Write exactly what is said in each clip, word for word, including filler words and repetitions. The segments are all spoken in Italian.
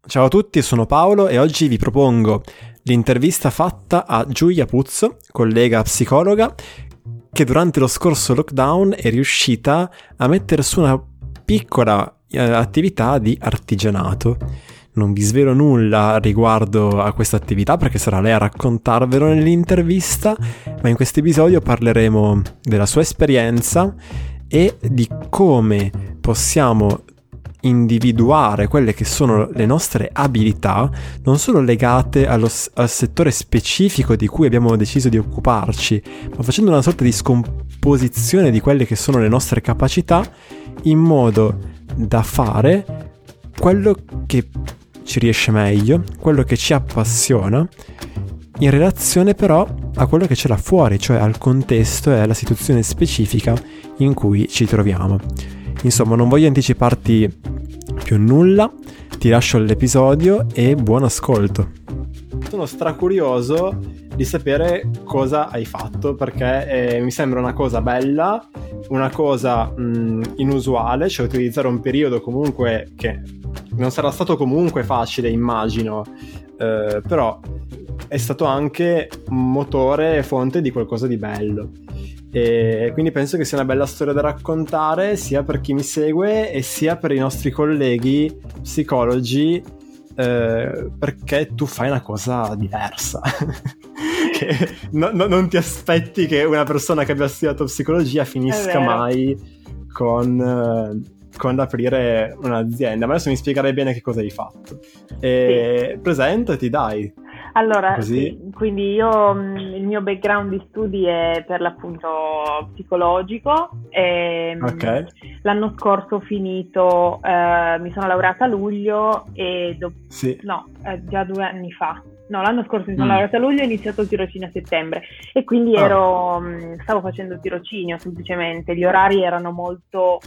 Ciao a tutti, sono Paolo e oggi vi propongo l'intervista fatta a Giulia Puzzo, collega psicologa, che durante lo scorso lockdown è riuscita a mettere su una piccola eh, attività di artigianato. Non vi svelo nulla riguardo a questa attività perché sarà lei a raccontarvelo nell'intervista, ma in questo episodio parleremo della sua esperienza e di come possiamo individuare quelle che sono le nostre abilità, non solo legate allo, al settore specifico di cui abbiamo deciso di occuparci, ma facendo una sorta di scomposizione di quelle che sono le nostre capacità in modo da fare quello che ci riesce meglio, quello che ci appassiona, in relazione però a quello che c'è là fuori, cioè al contesto e alla situazione specifica in cui ci troviamo. Insomma, non voglio anticiparti più nulla, ti lascio all'episodio e buon ascolto. Sono stracurioso di sapere cosa hai fatto, perché eh, mi sembra una cosa bella, una cosa mh, inusuale, cioè utilizzare un periodo comunque che non sarà stato comunque facile, immagino, eh, però è stato anche motore e fonte di qualcosa di bello. E quindi penso che sia una bella storia da raccontare sia per chi mi segue e sia per i nostri colleghi psicologi, eh, perché tu fai una cosa diversa. che no, no, non ti aspetti che una persona che abbia studiato psicologia finisca mai con, eh, con aprire un'azienda. Ma adesso mi spiegherai bene che cosa hai fatto. E sì. Presentati, dai. Allora, sì, quindi io, il mio background di studi è per l'appunto psicologico e okay. L'anno scorso ho finito, eh, mi sono laureata a luglio e do- sì. no, eh, già due anni fa. No, l'anno scorso mi sono mm. laureata a luglio e ho iniziato il tirocinio a settembre e quindi ah. ero, stavo facendo il tirocinio semplicemente, gli orari erano molto...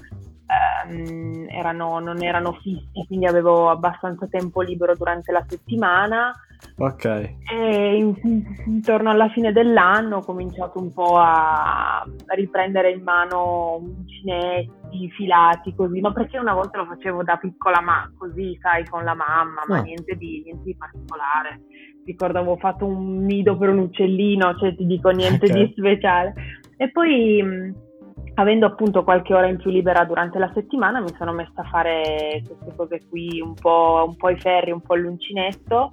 Um, erano, non erano fissi, quindi avevo abbastanza tempo libero durante la settimana. Ok. E in, intorno alla fine dell'anno ho cominciato un po' a, a riprendere in mano uncinetti, filati, così, ma perché una volta lo facevo da piccola, ma così, sai, con la mamma, ma oh. niente di, niente di particolare. Ricordo avevo fatto un nido per un uccellino, cioè ti dico niente okay. di speciale. E poi... avendo appunto qualche ora in più libera durante la settimana mi sono messa a fare queste cose qui, un po', un po' ai ferri, un po' all'uncinetto,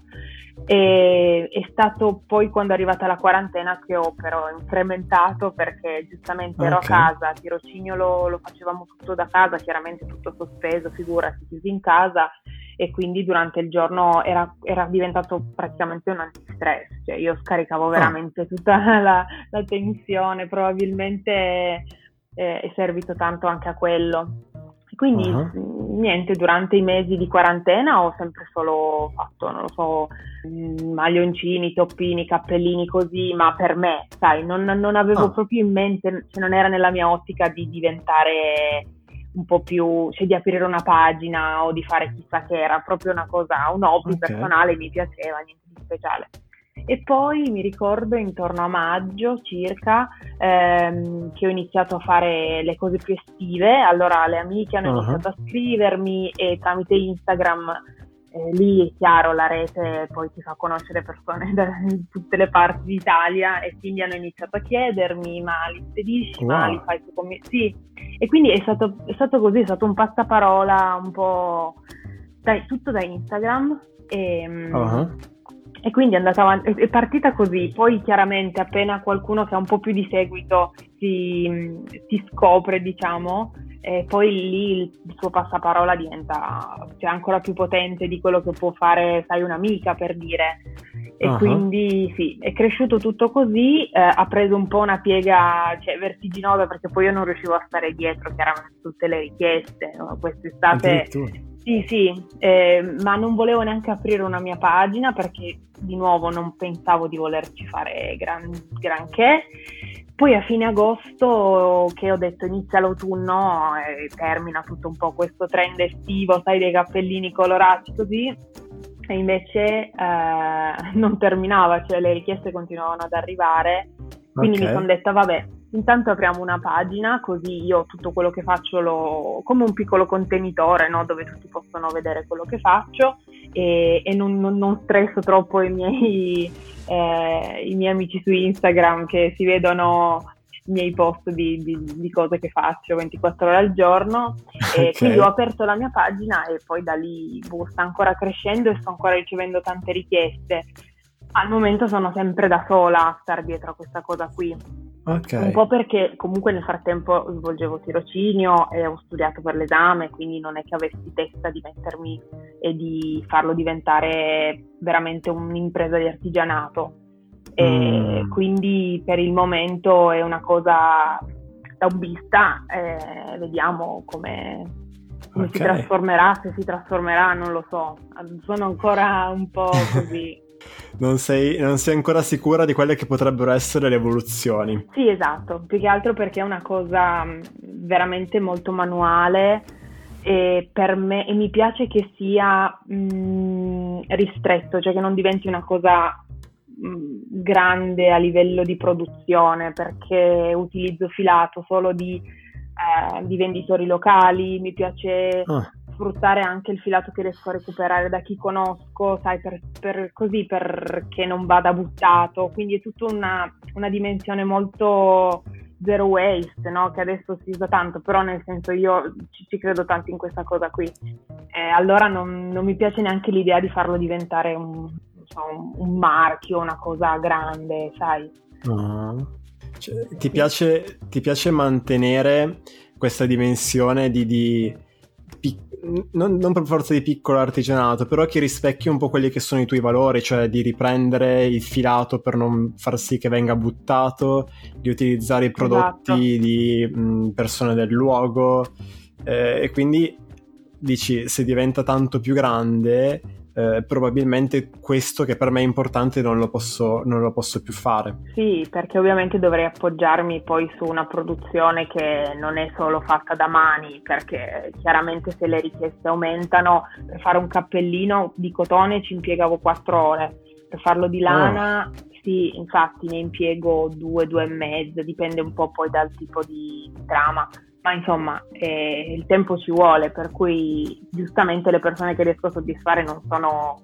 e è stato poi quando è arrivata la quarantena che ho però incrementato, perché giustamente ero okay. a casa, tirocinio lo, lo facevamo tutto da casa, chiaramente tutto sospeso, figurati, chiusi in casa, e quindi durante il giorno era, era diventato praticamente un antistress, cioè io scaricavo veramente oh. tutta la, la tensione, probabilmente... Eh, è servito tanto anche a quello. Quindi uh-huh. niente, durante i mesi di quarantena ho sempre solo fatto, non lo so, maglioncini, toppini, cappellini così, ma per me, sai, non, non avevo oh. proprio in mente, cioè non era nella mia ottica di diventare un po' più, cioè di aprire una pagina o di fare chissà che, era proprio una cosa, un hobby okay. personale, mi piaceva, niente di speciale. E poi mi ricordo intorno a maggio circa ehm, che ho iniziato a fare le cose più estive, allora le amiche hanno uh-huh. iniziato a scrivermi e tramite Instagram, eh, lì è chiaro la rete poi ti fa conoscere persone da tutte le parti d'Italia, e quindi hanno iniziato a chiedermi ma li spedisci, wow. ma li fai tu con me? Sì, e quindi è stato, è stato così, è stato un passaparola un po' dai, tutto da Instagram e... Uh-huh. E quindi è andata avanti, è partita così. Poi chiaramente appena qualcuno che ha un po' più di seguito si, si scopre, diciamo, e poi lì il, il suo passaparola diventa, cioè, ancora più potente di quello che può fare, sai, un'amica, per dire. E uh-huh. quindi sì, è cresciuto tutto così, eh, ha preso un po' una piega, cioè, vertiginosa, perché poi io non riuscivo a stare dietro chiaramente tutte le richieste, no? Quest'estate sì sì, eh, ma non volevo neanche aprire una mia pagina perché di nuovo non pensavo di volerci fare gran, granché. Poi a fine agosto, che ho detto inizia l'autunno e termina tutto un po' questo trend estivo, sai, dei cappellini colorati così, e invece eh, non terminava, cioè le richieste continuavano ad arrivare, quindi okay. mi sono detta vabbè, intanto apriamo una pagina, così io tutto quello che faccio lo, come un piccolo contenitore, no? Dove tutti possono vedere quello che faccio, e, e non, non, non stresso troppo i miei, eh, i miei amici su Instagram che si vedono i miei post di, di, di cose che faccio ventiquattro ore al giorno. Okay. E quindi ho aperto la mia pagina e poi da lì boh, sta ancora crescendo e sto ancora ricevendo tante richieste. Al momento sono sempre da sola a star dietro a questa cosa qui. Okay. Un po' perché comunque nel frattempo svolgevo tirocinio e ho studiato per l'esame, quindi non è che avessi testa di mettermi e di farlo diventare veramente un'impresa di artigianato. E Mm. quindi per il momento è una cosa da hobbista, eh, vediamo come, come Ok. si trasformerà, se si trasformerà non lo so, sono ancora un po' così. Non sei, non sei ancora sicura di quelle che potrebbero essere le evoluzioni. Sì, esatto, più che altro perché è una cosa mh, veramente molto manuale e per me e mi piace che sia mh, ristretto, cioè che non diventi una cosa mh, grande a livello di produzione, perché utilizzo filato solo di, eh, di venditori locali, mi piace Ah, sfruttare anche il filato che riesco a recuperare da chi conosco, sai, per, per così perché non vada buttato, quindi è tutta una, una dimensione molto zero waste, no? Che adesso si usa tanto, però nel senso io ci, ci credo tanto in questa cosa qui, eh, allora non, non mi piace neanche l'idea di farlo diventare un, non so, un, un marchio, una cosa grande, sai. ah. Cioè, ti piace, ti piace mantenere questa dimensione di, di pic- non, non per forza di piccolo artigianato, però che rispecchi un po' quelli che sono i tuoi valori, cioè di riprendere il filato per non far sì che venga buttato, di utilizzare i prodotti Esatto. di mh, persone del luogo, eh, e quindi dici, se diventa tanto più grande, eh, probabilmente questo che per me è importante non lo posso, non lo posso più fare. Sì, perché ovviamente dovrei appoggiarmi poi su una produzione che non è solo fatta da mani, perché chiaramente se le richieste aumentano, per fare un cappellino di cotone ci impiegavo quattro ore, per farlo di lana sì, infatti ne impiego due, due e mezzo, dipende un po' poi dal tipo di trama, ma insomma eh, il tempo ci vuole, per cui giustamente le persone che riesco a soddisfare non sono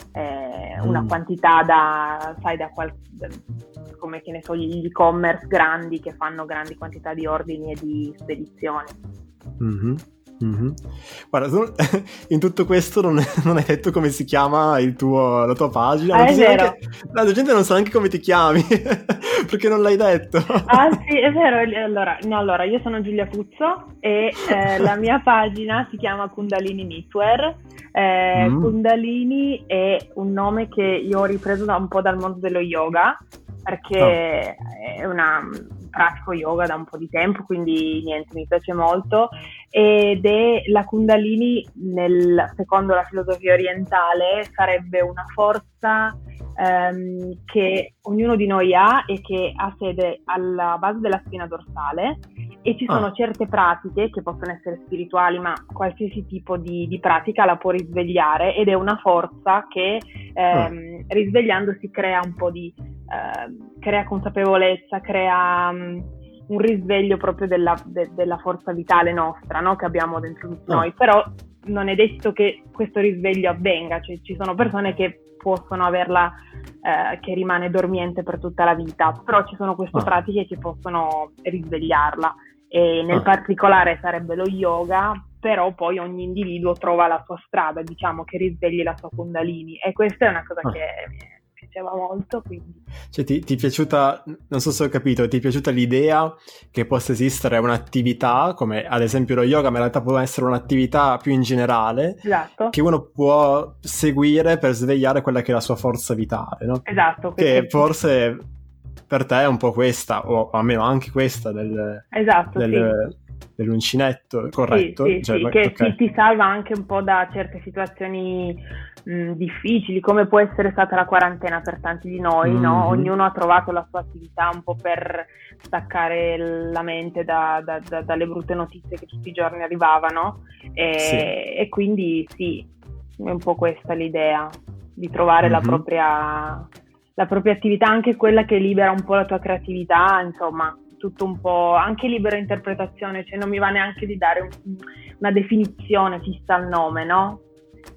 eh, una Mm. quantità da, sai, da, qual- da come che ne so, gli e-commerce grandi che fanno grandi quantità di ordini e di spedizioni. Mhm, mhm. Guarda, tu in tutto questo non, non hai detto come si chiama il tuo, la tua pagina. Ah, Non è ti sai vero. neanche- la gente non sa neanche come ti chiami perché non l'hai detto. Ah sì, è vero. Allora, no, allora io sono Giulia Puzzo e eh, la mia pagina si chiama Kundalini Knitwear. Eh, Mm. Kundalini è un nome che io ho ripreso da un po' dal mondo dello yoga, perché è una pratico yoga da un po' di tempo, quindi niente, mi piace molto, ed è la Kundalini nel, secondo la filosofia orientale sarebbe una forza ehm, che ognuno di noi ha e che ha sede alla base della spina dorsale, e ci sono Ah. certe pratiche che possono essere spirituali, ma qualsiasi tipo di, di pratica la può risvegliare, ed è una forza che ehm, risvegliandosi crea un po' di eh, crea consapevolezza, crea um, un risveglio proprio della, de, della forza vitale nostra, no? Che abbiamo dentro di noi, Ah. però non è detto che questo risveglio avvenga, cioè ci sono persone che possono averla eh, che rimane dormiente per tutta la vita, però ci sono queste Ah. pratiche che possono risvegliarla, e nel Ah. particolare sarebbe lo yoga, però poi ogni individuo trova la sua strada, diciamo, che risvegli la sua Kundalini, e questa è una cosa Ah. che mi piaceva molto, quindi Cioè, ti, ti è piaciuta, non so se ho capito, ti è piaciuta l'idea che possa esistere un'attività, come ad esempio lo yoga, ma in realtà può essere un'attività più in generale, esatto, che uno può seguire per svegliare quella che è la sua forza vitale, no? esatto, Che questo- forse per te è un po' questa, o almeno anche questa del, esatto, del- dell'uncinetto, corretto? sì, sì, Cioè, sì, ma- che ok. ti, ti salva anche un po' da certe situazioni mh, difficili, come può essere stata la quarantena per tanti di noi, no? Mhm. Ognuno ha trovato la sua attività un po' per staccare la mente da- da- da- dalle brutte notizie che tutti i giorni arrivavano, e, Sì. e quindi sì, è un po' questa l'idea, di trovare la Mhm. propria, la propria attività, anche quella che libera un po' la tua creatività, insomma, tutto un po', anche libera interpretazione, cioè non mi va neanche di dare un- una definizione fissa al nome, no?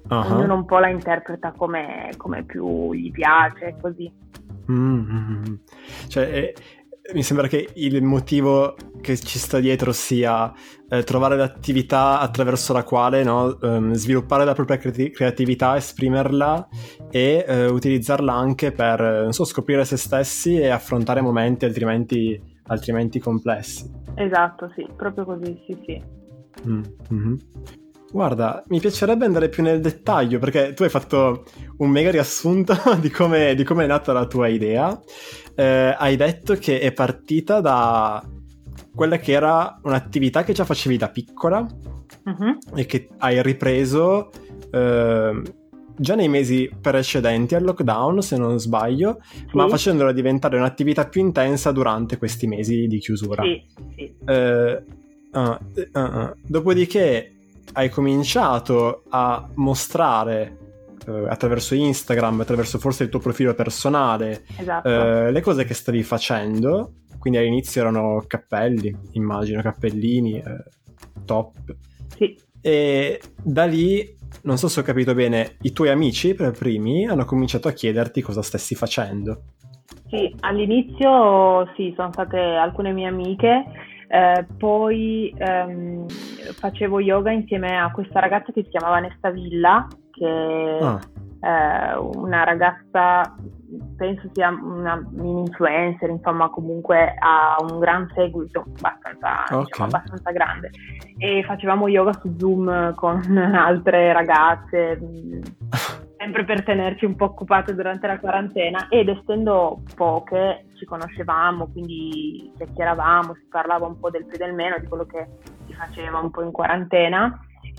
Uh-huh. Ognuno un po' la interpreta come, come più gli piace, così. Mm-hmm. Cioè, eh, mi sembra che il motivo che ci sta dietro sia eh, trovare l'attività attraverso la quale, no, ehm, sviluppare la propria creati- creatività, esprimerla e eh, utilizzarla anche per, non so, scoprire se stessi e affrontare momenti altrimenti, altrimenti complessi. Esatto, sì, proprio così, sì, sì. Mm-hmm. Guarda, mi piacerebbe andare più nel dettaglio, perché tu hai fatto un mega riassunto di come, di come è nata la tua idea. Eh, hai detto che è partita da quella che era un'attività che già facevi da piccola, uh-huh. e che hai ripreso eh, già nei mesi precedenti al lockdown, se non sbaglio, sì. ma facendola diventare un'attività più intensa durante questi mesi di chiusura. Sì, sì. Eh, uh, uh, uh. Dopodiché hai cominciato a mostrare eh, attraverso Instagram, attraverso forse il tuo profilo personale, esatto. eh, le cose che stavi facendo. Quindi all'inizio erano cappelli, immagino, cappellini, eh, top. Sì. E da lì, non so se ho capito bene, i tuoi amici per primi hanno cominciato a chiederti cosa stessi facendo. Sì, all'inizio sì, sono state alcune mie amiche. Eh, poi ehm, facevo yoga insieme a questa ragazza che si chiamava Nesta Villa, che ah. è eh, una ragazza, penso sia una mini influencer, insomma comunque ha un gran seguito, abbastanza, okay. diciamo, abbastanza grande, e facevamo yoga su Zoom con altre ragazze, sempre per tenerci un po' occupate durante la quarantena, ed essendo poche ci conoscevamo, quindi chiacchieravamo, si parlava un po' del più e del meno di quello che si faceva un po' in quarantena,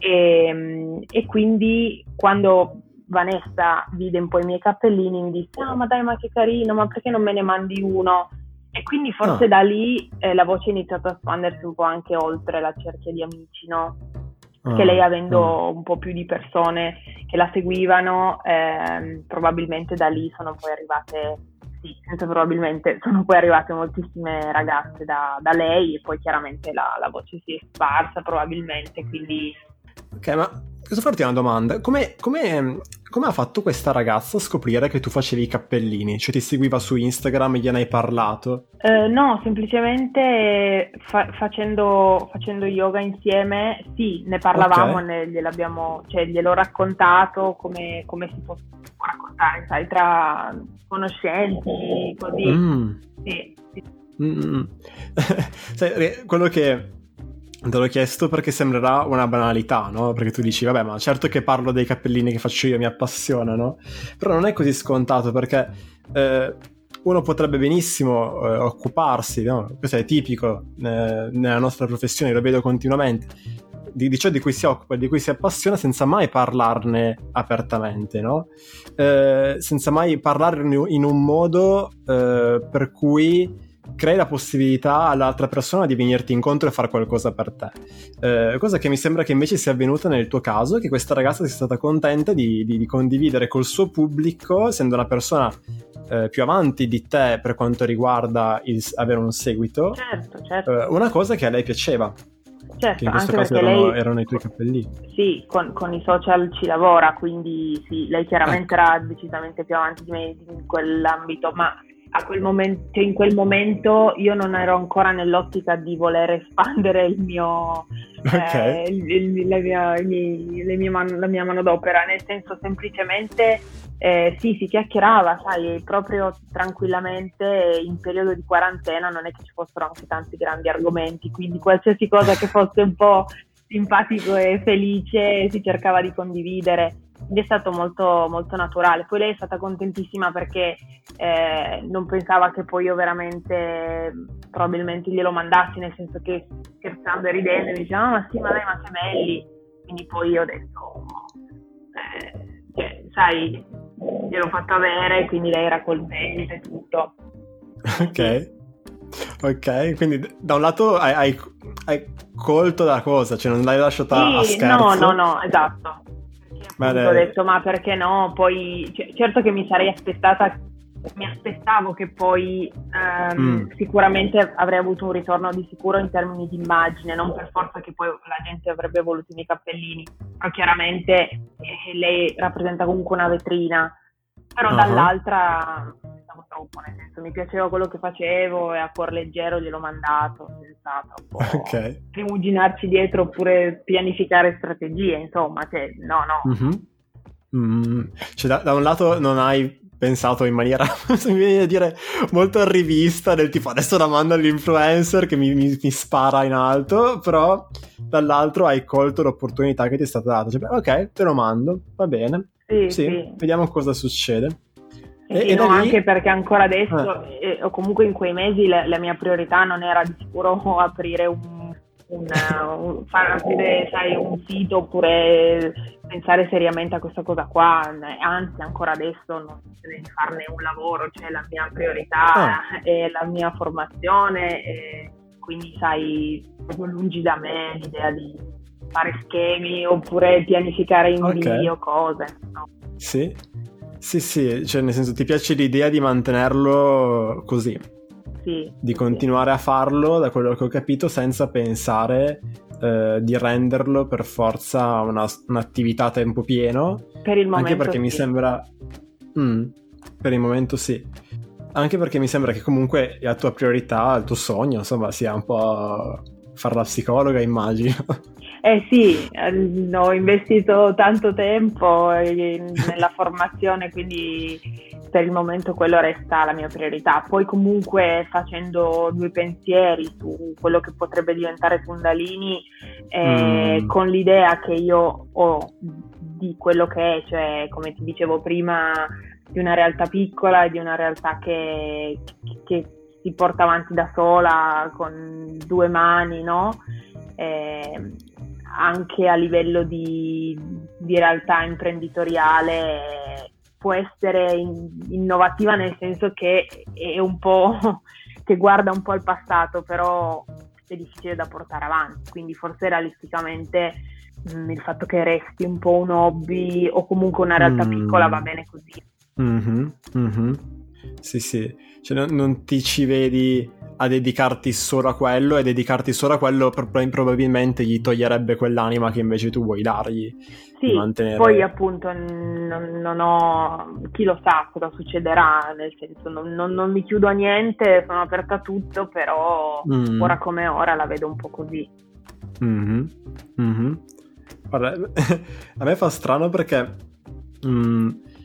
e, e quindi quando Vanessa vide un po' i miei cappellini mi disse: ah, ma dai, ma che carino, ma perché non me ne mandi uno? E quindi forse ah. da lì eh, la voce è iniziata a espandersi un po' anche oltre la cerchia di amici, no? Ah, che lei, avendo ah. un po' più di persone che la seguivano, ehm, probabilmente da lì sono poi arrivate, sì, senza probabilmente, sono poi arrivate moltissime ragazze da, da lei, e poi chiaramente la, la voce si è sparsa probabilmente, quindi... Ok, ma posso farti una domanda? Come, come, come ha fatto questa ragazza a scoprire che tu facevi i cappellini? Cioè ti seguiva su Instagram e gliene hai parlato? Eh, no, semplicemente fa- facendo, facendo yoga insieme, sì, ne parlavamo, okay. ne, gliel'abbiamo, cioè gliel'ho raccontato come, come si può raccontare, sai, tra conoscenti, così. Mm. Sì, sì. Mm. Sai, quello che te l'ho chiesto perché sembrerà una banalità, no? Perché tu dici, vabbè, ma certo che parlo dei cappellini che faccio io, mi appassiona, no? Però non è così scontato, perché eh, uno potrebbe benissimo eh, occuparsi, no? Questo è tipico eh, nella nostra professione, lo vedo continuamente, di, di ciò di cui si occupa, di cui si appassiona, senza mai parlarne apertamente, no? Eh, senza mai parlarne in un modo eh, per cui crei la possibilità all'altra persona di venirti incontro e fare qualcosa per te, eh, cosa che mi sembra che invece sia avvenuta nel tuo caso, che questa ragazza sia stata contenta di, di, di condividere col suo pubblico, essendo una persona eh, più avanti di te per quanto riguarda il, avere un seguito, certo, certo. Eh, una cosa che a lei piaceva, certo, che in questo anche caso perché erano, lei, erano i tuoi cappellini. Sì, con, con i social ci lavora, quindi sì, lei chiaramente ecco. era decisamente più avanti di me in quell'ambito, ma a quel momento, in quel momento io non ero ancora nell'ottica di voler espandere il mio, okay. eh, il, il, la, mia, i miei, le mie man, la mia manodopera, nel senso semplicemente eh, sì, si chiacchierava, sai, proprio tranquillamente in periodo di quarantena, non è che ci fossero anche tanti grandi argomenti, quindi qualsiasi cosa che fosse un po' simpatico e felice si cercava di condividere. Quindi è stato molto, molto naturale. Poi lei è stata contentissima perché eh, non pensava che poi io veramente probabilmente glielo mandassi, nel senso che scherzando e ridendo mi diceva: ah, ma sì, ma dai, ma che belli. Quindi poi io ho detto eh, cioè, sai, gliel'ho fatto avere, quindi lei era contenta e tutto. Ok, ok, quindi da un lato hai, hai, hai colto la cosa, cioè non l'hai lasciata sì, a scherzo. No, no, no, esatto. Ho detto, ma perché no? Poi c- certo che mi sarei aspettata mi aspettavo che poi ehm, Mm. sicuramente avrei avuto un ritorno di sicuro in termini di immagine, non per forza che poi la gente avrebbe voluto i miei cappellini, però chiaramente eh, lei rappresenta comunque una vetrina, però Uh-huh. dall'altra stavo troppo, nel senso mi piaceva quello che facevo e a cuor leggero gliel'ho mandato senza troppo Ok. rimuginarci dietro oppure pianificare strategie, insomma, cioè, no, no. Mhm. Mm. Cioè, da, da un lato non hai pensato in maniera, mi viene a dire, molto arrivista, del tipo adesso la mando all'influencer che mi, mi, mi spara in alto, però dall'altro hai colto l'opportunità che ti è stata data. Cioè, beh, ok, te lo mando, va bene. Sì, Sì, sì. vediamo cosa succede. E, E, sì, e no, da lì... anche perché ancora adesso, eh. Eh, o comunque in quei mesi, la, la mia priorità non era di sicuro aprire un, un, un far aprire, sai, un sito oppure pensare seriamente a questa cosa qua, anzi ancora adesso non devo farne un lavoro, cioè la mia priorità Ah. è la mia formazione e quindi sai, proprio lungi da me l'idea di fare schemi oppure pianificare invii o cose, no? Sì, sì, sì, cioè nel senso ti piace l'idea di mantenerlo così, sì, di sì, continuare sì. a farlo, da quello che ho capito, senza pensare eh, di renderlo per forza una, un'attività a tempo pieno, Per il momento anche perché sì. mi sembra mm, per il momento sì, anche perché mi sembra che comunque la tua priorità, il tuo sogno, insomma, sia un po' fare la psicologa, immagino. Eh sì, ho investito tanto tempo in, nella formazione, quindi per il momento quello resta la mia priorità. Poi comunque facendo due pensieri su quello che potrebbe diventare Kundalini, eh, Mm. con l'idea che io ho di quello che è, cioè come ti dicevo prima, di una realtà piccola, di una realtà che, che si porta avanti da sola con due mani, no? Eh, anche a livello di, di realtà imprenditoriale può essere in, innovativa, nel senso che è un po' che guarda un po' al passato, però è difficile da portare avanti, quindi forse realisticamente mh, il fatto che resti un po' un hobby o comunque una realtà Mm. piccola va bene così. Mm-hmm, mm-hmm. Sì, sì, cioè non, non ti ci vedi a dedicarti solo a quello, e dedicarti solo a quello pro- probabilmente gli toglierebbe quell'anima che invece tu vuoi dargli, sì, di mantenere... poi appunto non, non ho, chi lo sa cosa succederà, nel senso non, non, non mi chiudo a niente, sono aperta a tutto, però mm. ora come ora la vedo un po' così. Mm-hmm. Mm-hmm. Guarda, a me fa strano perché mm,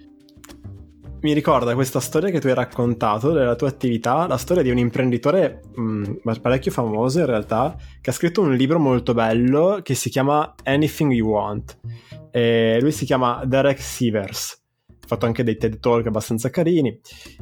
mi ricorda questa storia che tu hai raccontato della tua attività, la storia di un imprenditore mh, parecchio famoso in realtà, che ha scritto un libro molto bello che si chiama Anything You Want, e lui si chiama Derek Sivers, ha fatto anche dei TED Talk abbastanza carini,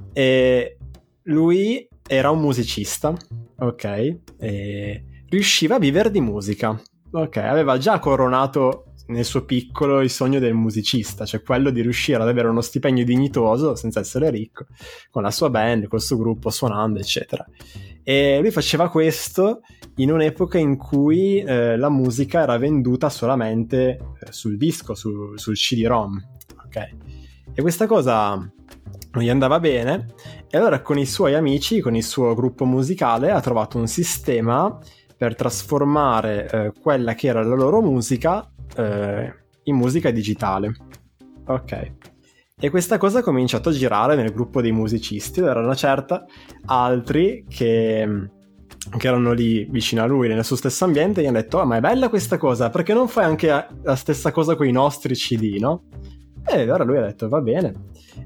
e lui era un musicista, ok, e riusciva a vivere di musica, ok, aveva già coronato nel suo piccolo il sogno del musicista, cioè quello di riuscire ad avere uno stipendio dignitoso senza essere ricco, con la sua band, col suo gruppo, suonando eccetera. E lui faceva questo in un'epoca in cui eh, la musica era venduta solamente eh, sul disco, su, sul C D-ROM, ok? E questa cosa non gli andava bene, e allora con i suoi amici, con il suo gruppo musicale, ha trovato un sistema per trasformare eh, quella che era la loro musica eh, in musica digitale. Ok. E questa cosa ha cominciato a girare nel gruppo dei musicisti, ed era una certa altri che, che erano lì vicino a lui nel suo stesso ambiente, e gli hanno detto: oh, ma è bella questa cosa, perché non fai anche la stessa cosa con i nostri C D, no? E allora lui ha detto: va bene.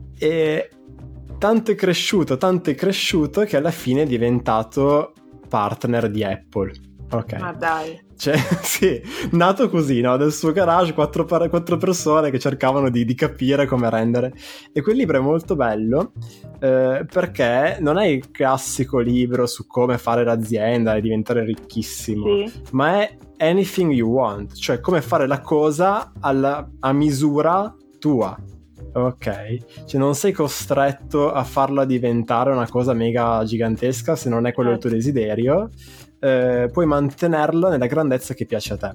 E tanto è cresciuto, tanto è cresciuto che alla fine è diventato partner di Apple. Ok. Ma dai. Cioè, sì, nato così, no? Del suo garage, quattro, par- quattro persone che cercavano di, di capire come rendere. E quel libro è molto bello eh, perché non è il classico libro su come fare l'azienda e diventare ricchissimo, Sì. ma è Anything You Want, cioè come fare la cosa alla, a misura tua. Ok, cioè non sei costretto a farla diventare una cosa mega gigantesca se non è quello il tuo desiderio. Eh, puoi mantenerla nella grandezza che piace a te,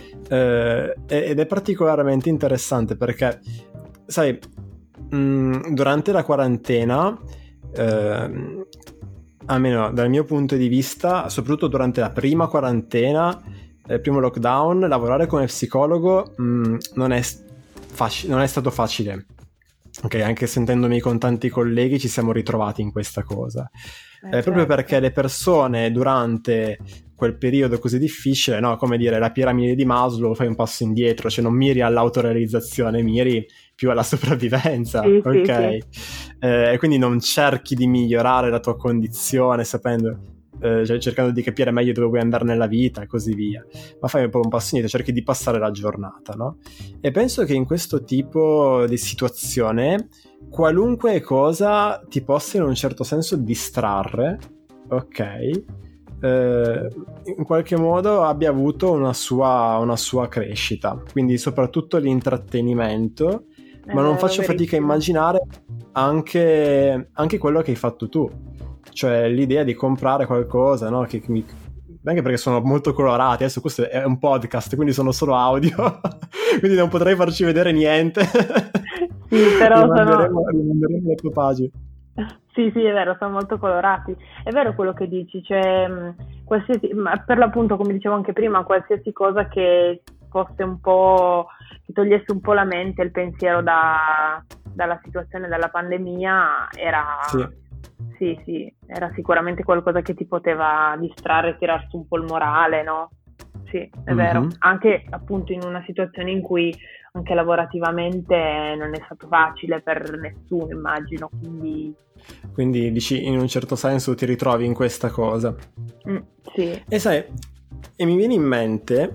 eh, ed è particolarmente interessante perché sai, mh, durante la quarantena eh, almeno dal mio punto di vista, soprattutto durante la prima quarantena, il primo lockdown, lavorare come psicologo mh, non, è faci- non è stato facile. Ok, anche sentendomi con tanti colleghi ci siamo ritrovati in questa cosa. Eh, eh, certo. Proprio perché le persone durante quel periodo così difficile, no, come dire, la piramide di Maslow, fai un passo indietro, cioè non miri all'autorealizzazione, miri più alla sopravvivenza, sì, ok? Sì, sì. Eh, quindi non cerchi di migliorare la tua condizione sapendo, eh, cioè cercando di capire meglio dove vuoi andare nella vita e così via, ma fai un po' un passo indietro, cerchi di passare la giornata, no? E penso che in questo tipo di situazione qualunque cosa ti possa in un certo senso distrarre, ok? Eh, in qualche modo abbia avuto una sua, una sua crescita, quindi soprattutto l'intrattenimento, È ma non vero, faccio fatica a immaginare anche, anche quello che hai fatto tu, cioè l'idea di comprare qualcosa, no? Che, che mi, anche perché sono molto colorati, adesso questo è un podcast quindi sono solo audio quindi non potrei farci vedere niente. Sì, però li manderemo, sono... li manderemo le tue pagine. Sì, sì, è vero, sono molto colorati. È vero quello che dici, cioè mh, qualsiasi, ma per l'appunto, come dicevo anche prima, qualsiasi cosa che fosse un po', che togliesse un po' la mente, il pensiero da, dalla situazione della pandemia, era, Sì. sì, sì, era sicuramente qualcosa che ti poteva distrarre, tirarsi un po' il morale, no? Sì, è mm-hmm. vero. Anche appunto in una situazione in cui anche lavorativamente non è stato facile per nessuno, immagino, quindi... Quindi dici, in un certo senso ti ritrovi in questa cosa. Mm, sì. E sai, e mi viene in mente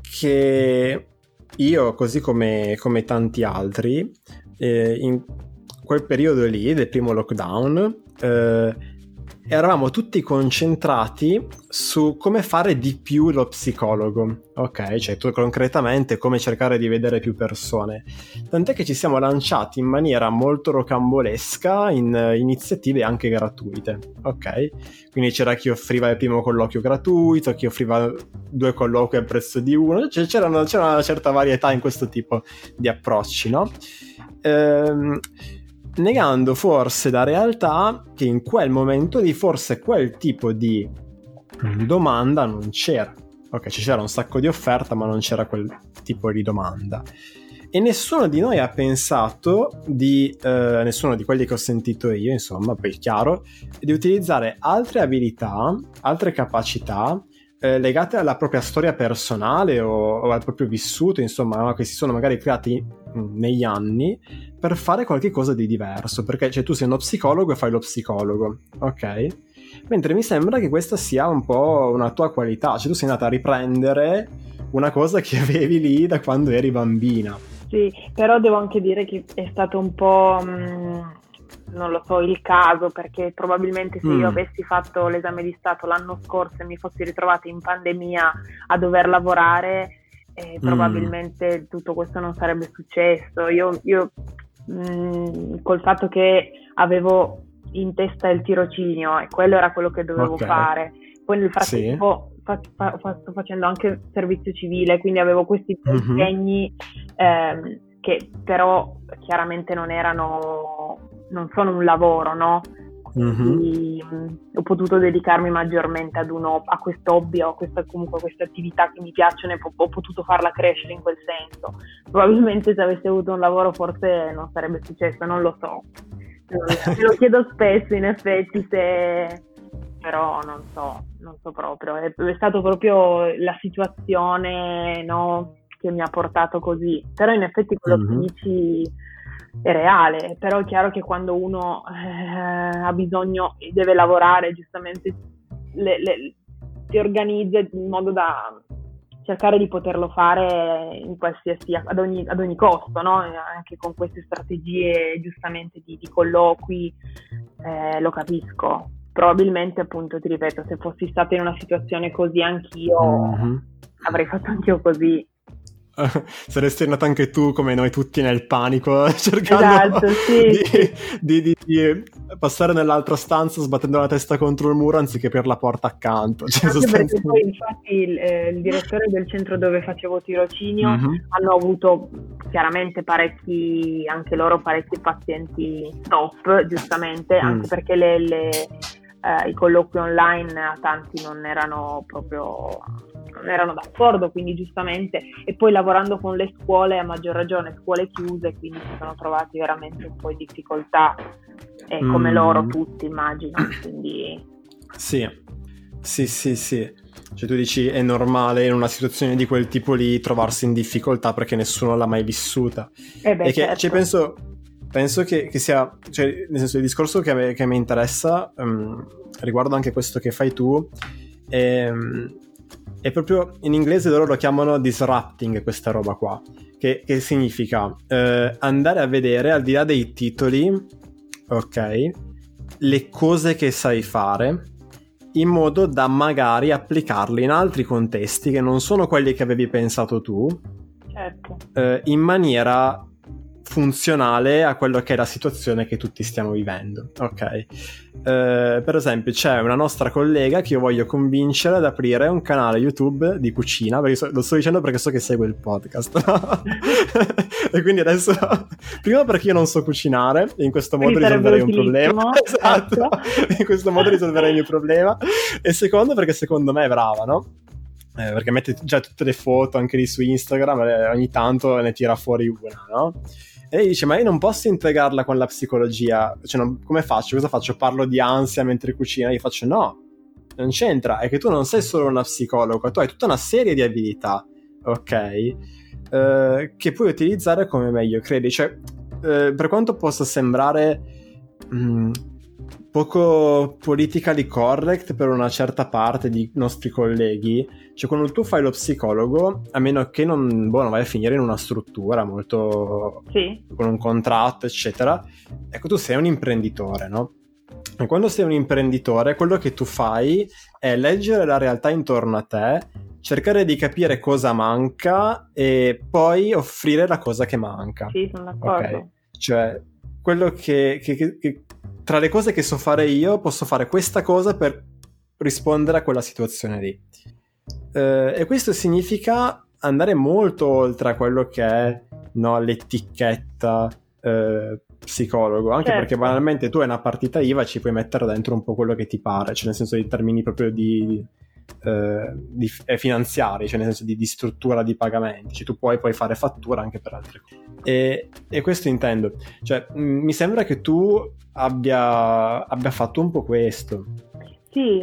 che io, così come, come tanti altri, eh, in quel periodo lì del primo lockdown, eh, eravamo tutti concentrati su come fare di più lo psicologo, ok? Cioè tu concretamente come cercare di vedere più persone. Tant'è che ci siamo lanciati in maniera molto rocambolesca in iniziative anche gratuite, ok? Quindi c'era chi offriva il primo colloquio gratuito, chi offriva due colloqui al prezzo di uno, cioè c'era, c'era una certa varietà in questo tipo di approcci, no? Ehm... negando forse la realtà che in quel momento lì forse quel tipo di domanda non c'era. Ok, ci c'era un sacco di offerta, ma non c'era quel tipo di domanda. E nessuno di noi ha pensato di, eh, nessuno di quelli che ho sentito io, insomma, poi chiaro, di utilizzare altre abilità, altre capacità eh, legate alla propria storia personale o, o al proprio vissuto, insomma, no? Che si sono magari creati mh, negli anni per fare qualche cosa di diverso, perché cioè, tu sei uno psicologo e fai lo psicologo, ok? Mentre mi sembra che questa sia un po' una tua qualità, cioè tu sei andata a riprendere una cosa che avevi lì da quando eri bambina. Sì, però devo anche dire che è stato un po', mh, non lo so, il caso, perché probabilmente se mm. io avessi fatto l'esame di Stato l'anno scorso e mi fossi ritrovata in pandemia a dover lavorare, eh, probabilmente mm. tutto questo non sarebbe successo. Io, io mh, col fatto che avevo in testa il tirocinio e quello era quello che dovevo okay. fare, poi nel frattempo sì. fa, fa, fa, sto facendo anche servizio civile, quindi avevo questi mm-hmm. impegni ehm, che però chiaramente non erano, non sono un lavoro, no? Quindi mm-hmm. mh, ho potuto dedicarmi maggiormente ad uno, a questo hobby o a questa, comunque a queste attività che mi piacciono e po- ho potuto farla crescere in quel senso. Probabilmente se avessi avuto un lavoro forse non sarebbe successo, non lo so. Me lo chiedo spesso in effetti, se però non so, non so proprio. È, è stato proprio la situazione, no, che mi ha portato così. Però in effetti quello mm-hmm. che dici è reale, però è chiaro che quando uno eh, ha bisogno e deve lavorare, giustamente le, le, si organizza in modo da cercare di poterlo fare in qualsiasi, ad ogni, ad ogni costo, no? Anche con queste strategie giustamente di, di colloqui, eh, lo capisco. Probabilmente, appunto, ti ripeto, se fossi stata in una situazione così anch'io mm-hmm. avrei fatto anch'io così. saresti andato anche tu come noi tutti nel panico cercando esatto, sì, di, di, di, di passare nell'altra stanza sbattendo la testa contro il muro anziché per la porta accanto, cioè, anche perché poi infatti il, eh, il direttore del centro dove facevo tirocinio mm-hmm. hanno avuto chiaramente parecchi, anche loro parecchi pazienti top, giustamente, mm. anche perché le, le, eh, i colloqui online a tanti non erano proprio non erano d'accordo, quindi giustamente, e poi lavorando con le scuole, a maggior ragione scuole chiuse, quindi si sono trovati veramente un po' in difficoltà, eh, come mm. loro tutti immagino, quindi sì, sì, sì, sì, cioè tu dici è normale in una situazione di quel tipo lì trovarsi in difficoltà perché nessuno l'ha mai vissuta, eh beh, e che certo. cioè, penso penso che, che sia, cioè nel senso il discorso che, me, che mi interessa um, riguardo anche questo che fai tu è, è proprio, in inglese loro lo chiamano disrupting, questa roba qua, che, che significa eh, andare a vedere al di là dei titoli, ok, le cose che sai fare in modo da magari applicarli in altri contesti che non sono quelli che avevi pensato tu, certo. eh, in maniera funzionale a quello che è la situazione che tutti stiamo vivendo, ok? Eh, per esempio c'è una nostra collega che io voglio convincere ad aprire un canale YouTube di cucina, perché so, lo sto dicendo perché so che segue il podcast e quindi adesso prima perché io non so cucinare e in questo modo risolverei un problema, esatto, in questo modo risolverei il mio problema, e secondo perché secondo me è brava, no? Eh, perché mette già tutte le foto anche lì su Instagram e ogni tanto ne tira fuori una, no? E dice, ma io non posso integrarla con la psicologia, cioè non, come faccio? Cosa faccio? Parlo di ansia mentre cucina? Io faccio no, non c'entra, è che tu non sei solo una psicologa, tu hai tutta una serie di abilità, ok? Eh, che puoi utilizzare come meglio credi, cioè eh, per quanto possa sembrare mh, poco politically correct per una certa parte di nostri colleghi, cioè quando tu fai lo psicologo, a meno che non, boh, non vai a finire in una struttura molto sì. con un contratto eccetera, ecco, tu sei un imprenditore, no? E quando sei un imprenditore quello che tu fai è leggere la realtà intorno a te, cercare di capire cosa manca e poi offrire la cosa che manca. Sì, sono d'accordo. Okay? Cioè quello che, che, che, che tra le cose che so fare io posso fare questa cosa per rispondere a quella situazione lì, eh, e questo significa andare molto oltre a quello che è, no, l'etichetta eh, psicologo, anche certo. perché banalmente tu hai una partita I V A, ci puoi mettere dentro un po' quello che ti pare, cioè nel senso di termini proprio di, eh, di eh, finanziari, cioè nel senso di, di struttura di pagamenti, cioè tu puoi poi fare fattura anche per altre cose, e, e questo intendo, cioè mh, mi sembra che tu abbia, abbia fatto un po' questo. Sì,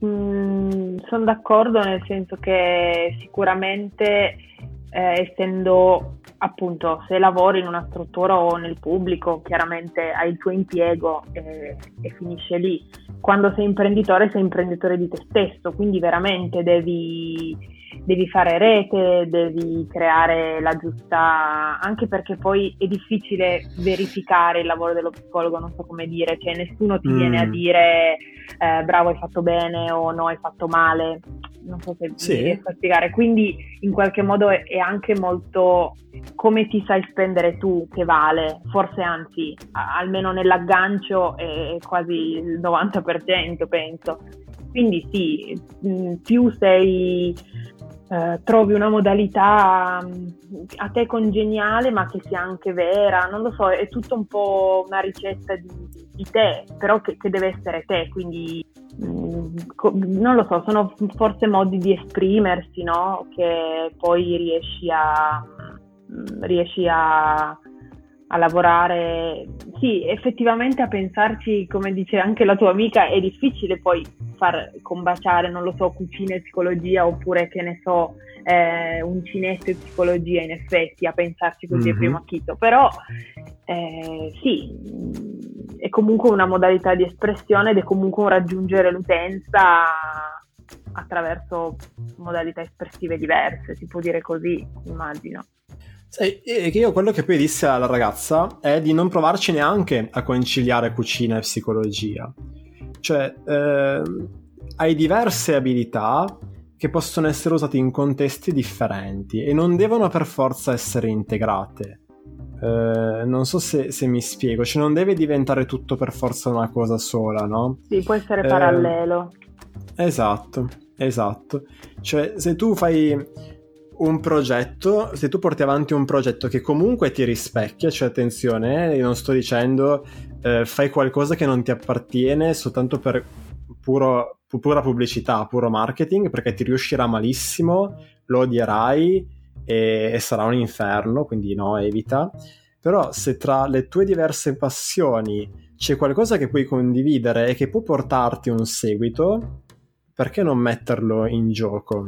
mh, sono d'accordo, nel senso che sicuramente eh, essendo appunto, se lavori in una struttura o nel pubblico, chiaramente hai il tuo impiego e, e finisce lì. Quando sei imprenditore, sei imprenditore di te stesso, quindi veramente devi, devi fare rete, devi creare la giusta, anche perché poi è difficile verificare il lavoro dello psicologo, non so come dire, cioè nessuno ti mm. viene a dire eh, bravo, hai fatto bene o no, hai fatto male, non so se sì. mi riesco a spiegare, quindi in qualche modo è, è anche molto come ti sai spendere tu che vale, forse anzi a, almeno nell'aggancio è quasi il novanta per cento penso, quindi sì, mh, più sei eh, trovi una modalità mh, a te congeniale ma che sia anche vera, non lo so, è tutto un po' una ricetta di, di te, però che, che deve essere te, quindi non lo so, sono forse modi di esprimersi, no? Che poi riesci a riesci a, a lavorare, sì, effettivamente a pensarci, come dice anche la tua amica, è difficile poi far combaciare, non lo so, cucina e psicologia, oppure che ne so, eh, uncinetto e psicologia, in effetti, a pensarci così mm-hmm. a primo acchito, però eh, sì, è comunque una modalità di espressione ed è comunque un raggiungere l'utenza attraverso modalità espressive diverse, si può dire così, immagino. Sai, che io quello che poi disse alla ragazza è di non provarci neanche a conciliare cucina e psicologia, cioè eh, hai diverse abilità che possono essere usate in contesti differenti e non devono per forza essere integrate. Eh, non so se, se mi spiego, cioè non deve diventare tutto per forza una cosa sola, no? Sì, può essere parallelo. Eh, esatto, esatto. Cioè, se tu fai un progetto, se tu porti avanti un progetto che comunque ti rispecchia, cioè attenzione, eh, io non sto dicendo eh, fai qualcosa che non ti appartiene soltanto per puro, pura pubblicità, puro marketing, perché ti riuscirà malissimo, lo odierai e, e sarà un inferno, quindi no, evita. Però se tra le tue diverse passioni c'è qualcosa che puoi condividere e che può portarti un seguito, perché non metterlo in gioco?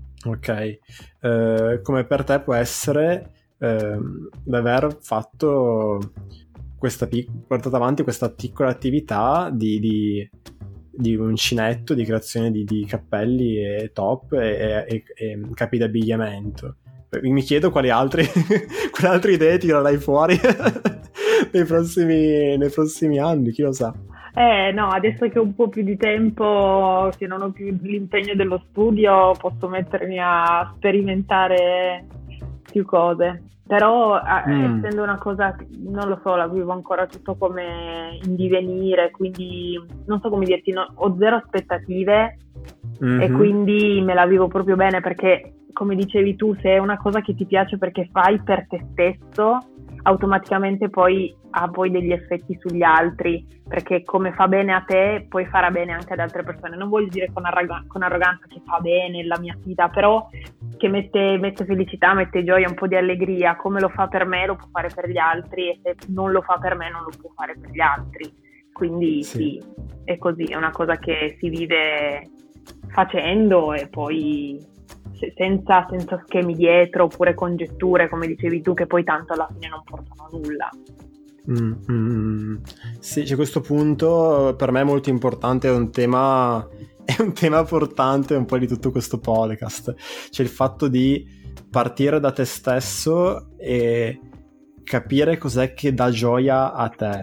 Ok, uh, come per te può essere uh, l'aver fatto questa pic- portato avanti questa piccola attività di, di, di uncinetto, di creazione di, di cappelli e top e, e, e capi d'abbigliamento. Mi chiedo quali altri quali altre idee tirerai fuori nei prossimi, nei prossimi anni, chi lo sa. Eh no, adesso che ho un po' più di tempo, che non ho più l'impegno dello studio, posso mettermi a sperimentare più cose. Però mm. essendo una cosa, non lo so, la vivo ancora tutto come in divenire, quindi non so come dirti, no, ho zero aspettative mm-hmm. e quindi me la vivo proprio bene perché, come dicevi tu, se è una cosa che ti piace perché fai per te stesso, automaticamente poi ha poi degli effetti sugli altri, perché come fa bene a te poi farà bene anche ad altre persone. Non voglio dire con, arroga- con arroganza che fa bene la mia attività, però che mette, mette felicità, mette gioia, un po' di allegria. Come lo fa per me lo può fare per gli altri, e se non lo fa per me non lo può fare per gli altri. Quindi sì, sì è così, è una cosa che si vive facendo e poi senza, senza schemi dietro oppure congetture, come dicevi tu, che poi tanto alla fine non portano a nulla. Mm, mm, sì, c'è questo punto per me molto importante, è un tema è un tema portante un po' di tutto questo podcast, cioè il fatto di partire da te stesso e capire cos'è che dà gioia a te,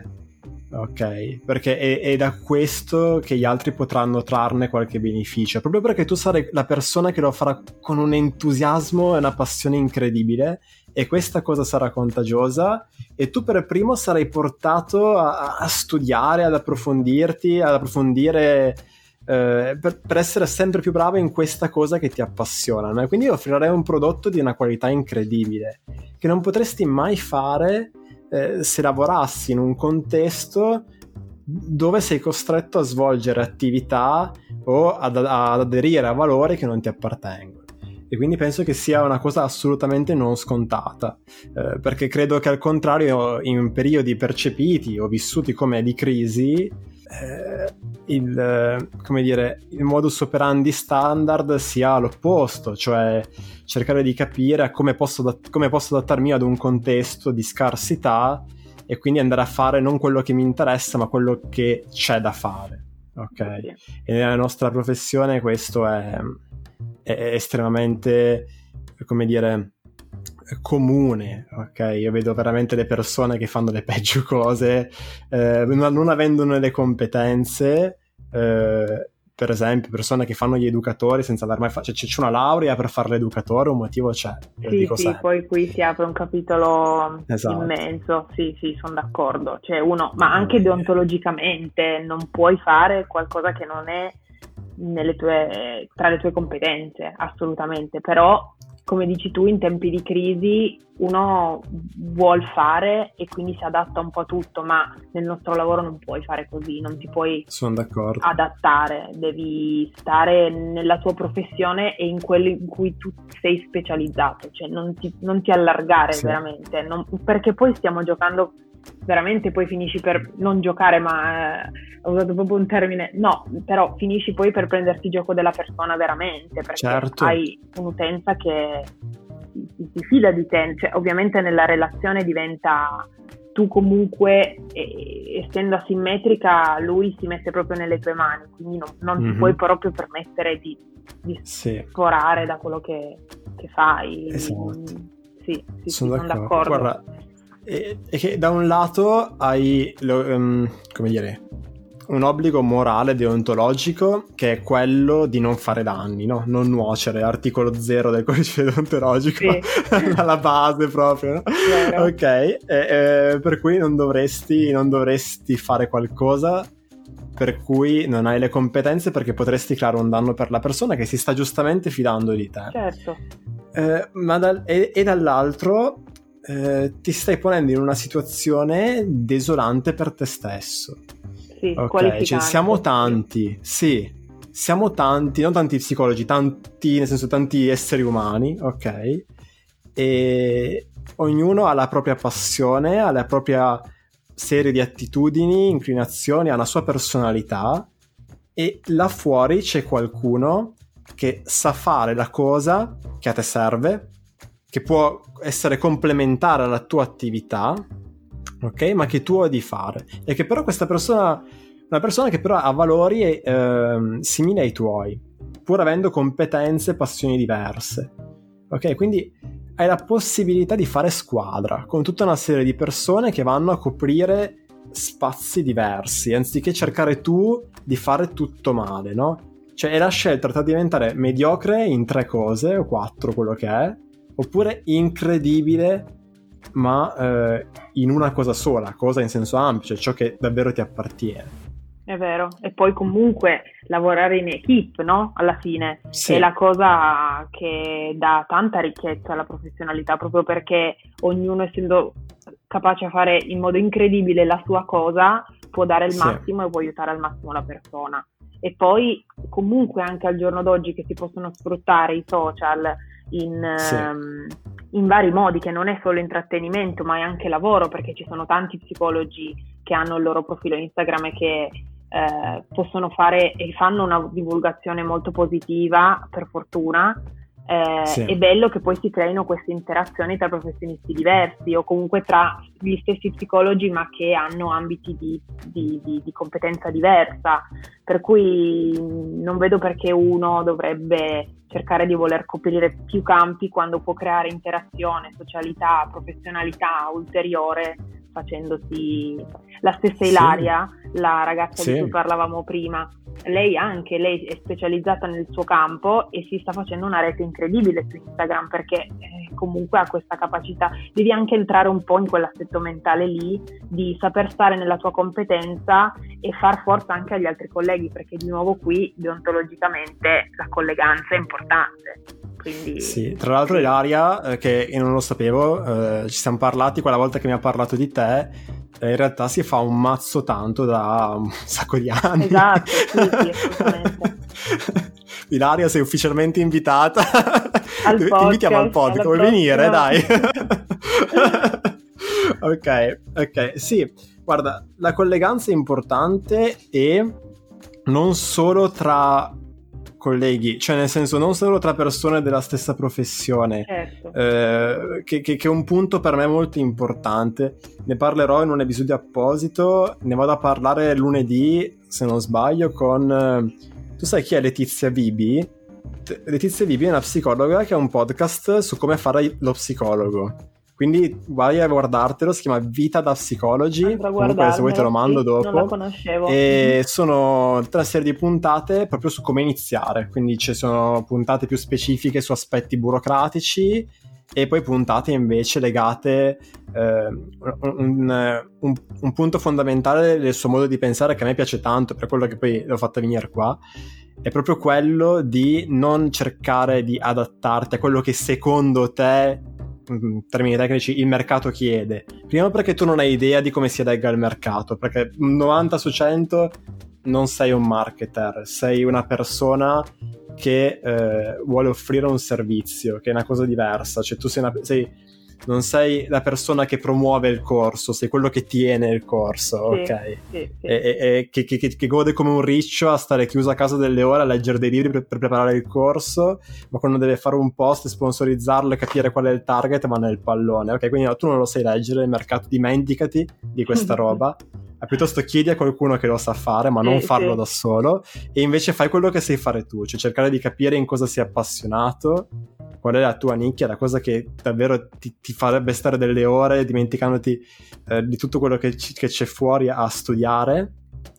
ok? Perché è, è da questo che gli altri potranno trarne qualche beneficio, proprio perché tu sarai la persona che lo farà con un entusiasmo e una passione incredibile, e questa cosa sarà contagiosa e tu per primo sarai portato a, a studiare, ad approfondirti, ad approfondire eh, per, per essere sempre più bravo in questa cosa che ti appassiona, no? E quindi offrirai un prodotto di una qualità incredibile che non potresti mai fare eh, se lavorassi in un contesto dove sei costretto a svolgere attività o ad, ad aderire a valori che non ti appartengono. E quindi penso che sia una cosa assolutamente non scontata, eh, perché credo che al contrario in periodi percepiti o vissuti come di crisi eh, il, eh, come dire, il modus operandi standard sia l'opposto, cioè cercare di capire come posso, dat- come posso adattarmi ad un contesto di scarsità e quindi andare a fare non quello che mi interessa ma quello che c'è da fare, ok? E nella nostra professione questo è è estremamente, come dire, comune, ok? Io vedo veramente le persone che fanno le peggio cose, eh, non avendo le competenze, eh, per esempio persone che fanno gli educatori senza aver mai fatto, cioè c'è una laurea per fare l'educatore, un motivo c'è. Sì, dico sì, sempre. Poi qui si apre un capitolo esatto. immenso, sì, sì, sono d'accordo, cioè uno, ma anche deontologicamente non puoi fare qualcosa che non è nelle tue, tra le tue competenze, assolutamente, però come dici tu in tempi di crisi uno vuol fare e quindi si adatta un po' a tutto, ma nel nostro lavoro non puoi fare così, non ti puoi Sono d'accordo. adattare, devi stare nella tua professione e in quello in cui tu sei specializzato, cioè non ti, non ti allargare sì. veramente, non, perché poi stiamo giocando veramente, poi finisci per non giocare, ma eh, ho usato proprio un termine, no, però finisci poi per prenderti gioco della persona veramente, perché certo. hai un'utenza che si, si, si fida di te, cioè ovviamente nella relazione diventa, tu comunque eh, essendo asimmetrica lui si mette proprio nelle tue mani, quindi no, non mm-hmm. ti puoi proprio permettere di, di sì. sforare da quello che, che fai. Esatto. Sì, sì, sono, sì, d'accordo. sono d'accordo. Guarda, e, e che da un lato hai lo, um, come dire, un obbligo morale deontologico che è quello di non fare danni, no? Non nuocere, articolo zero del codice deontologico, sì. alla base proprio, no? Ok, e, e, per cui non dovresti, non dovresti fare qualcosa per cui non hai le competenze, perché potresti creare un danno per la persona che si sta giustamente fidando di te. Certo. Eh, ma dal, e, e dall'altro eh, ti stai ponendo in una situazione desolante per te stesso. Sì, ok, cioè siamo tanti, sì, siamo tanti, non tanti psicologi, tanti, nel senso tanti esseri umani, ok? E ognuno ha la propria passione, ha la propria serie di attitudini, inclinazioni, ha la sua personalità, e là fuori c'è qualcuno che sa fare la cosa che a te serve, che può essere complementare alla tua attività, ok? Ma che tu hai di fare, e che però questa persona, una persona che però ha valori eh, simili ai tuoi, pur avendo competenze e passioni diverse, ok? Quindi hai la possibilità di fare squadra con tutta una serie di persone che vanno a coprire spazi diversi, anziché cercare tu di fare tutto male, no? Cioè è la scelta tra diventare mediocre in tre cose o quattro, quello che è, oppure incredibile ma eh, in una cosa sola, cosa in senso ampio, cioè ciò che davvero ti appartiene. È vero, e poi comunque lavorare in equipe, no? Alla fine sì. È la cosa che dà tanta ricchezza alla professionalità, proprio perché ognuno, essendo capace a fare in modo incredibile la sua cosa, può dare il sì. massimo e può aiutare al massimo la persona. E poi comunque anche al giorno d'oggi che si possono sfruttare i social in, sì. um, in vari modi, che non è solo intrattenimento ma è anche lavoro, perché ci sono tanti psicologi che hanno il loro profilo Instagram e che eh, possono fare e fanno una divulgazione molto positiva, per fortuna. Eh, sì. È bello che poi si creino queste interazioni tra professionisti diversi o comunque tra gli stessi psicologi, ma che hanno ambiti di, di, di, di competenza diversa, per cui non vedo perché uno dovrebbe cercare di voler coprire più campi quando può creare interazione, socialità, professionalità ulteriore facendosi. La stessa Ilaria, sì. la ragazza sì. di cui parlavamo prima, lei anche, lei è specializzata nel suo campo e si sta facendo una rete incredibile su Instagram, perché eh, comunque ha questa capacità. Devi anche entrare un po' in quell'aspetto mentale lì, di saper stare nella tua competenza e far forza anche agli altri colleghi, perché di nuovo qui deontologicamente la colleganza è importante. Quindi, sì, tra l'altro sì. Ilaria, eh, che io non lo sapevo, eh, ci siamo parlati quella volta che mi ha parlato di te, eh, in realtà si fa un mazzo tanto da un sacco di anni. Esatto, sì, sì, assolutamente. Ilaria, sei ufficialmente invitata. Al Ti podcast, invitiamo al podcast, vuoi venire? Dai. ok, ok, sì, guarda, la colleganza è importante, e non solo tra colleghi, cioè nel senso non solo tra persone della stessa professione, certo. eh, che, che, che è un punto per me molto importante. Ne parlerò in un episodio apposito, ne vado a parlare lunedì, se non sbaglio, con... Tu sai chi è Letizia Bibi? Letizia Bibi è una psicologa che ha un podcast su come fare lo psicologo. Quindi vai a guardartelo, si chiama Vita da Psicologi, comunque se vuoi te lo mando sì, dopo. Non la conoscevo. E sono tutta una serie di puntate proprio su come iniziare, quindi ci sono puntate più specifiche su aspetti burocratici e poi puntate invece legate eh, un, un, un punto fondamentale del suo modo di pensare che a me piace tanto, per quello che poi l'ho fatta venire qua, è proprio quello di non cercare di adattarti a quello che secondo te, in termini tecnici, il mercato chiede. Prima perché tu non hai idea di come si adegua il mercato, perché un novanta su cento non sei un marketer, sei una persona che eh, vuole offrire un servizio, che è una cosa diversa. Cioè tu sei, una, sei non sei la persona che promuove il corso, sei quello che tiene il corso, sì, ok? Sì, sì. E, e, e che, che, che gode come un riccio a stare chiuso a casa delle ore a leggere dei libri per, per preparare il corso, ma quando deve fare un post, sponsorizzarlo e capire qual è il target va nel pallone, ok? Quindi no, tu non lo sai leggere il mercato, dimenticati di questa roba. Piuttosto chiedi a qualcuno che lo sa fare, ma non sì, farlo sì. da solo, e invece fai quello che sai fare tu, cioè cercare di capire in cosa sei appassionato, qual è la tua nicchia, la cosa che davvero ti, ti farebbe stare delle ore dimenticandoti eh, di tutto quello che, ci, che c'è fuori a studiare,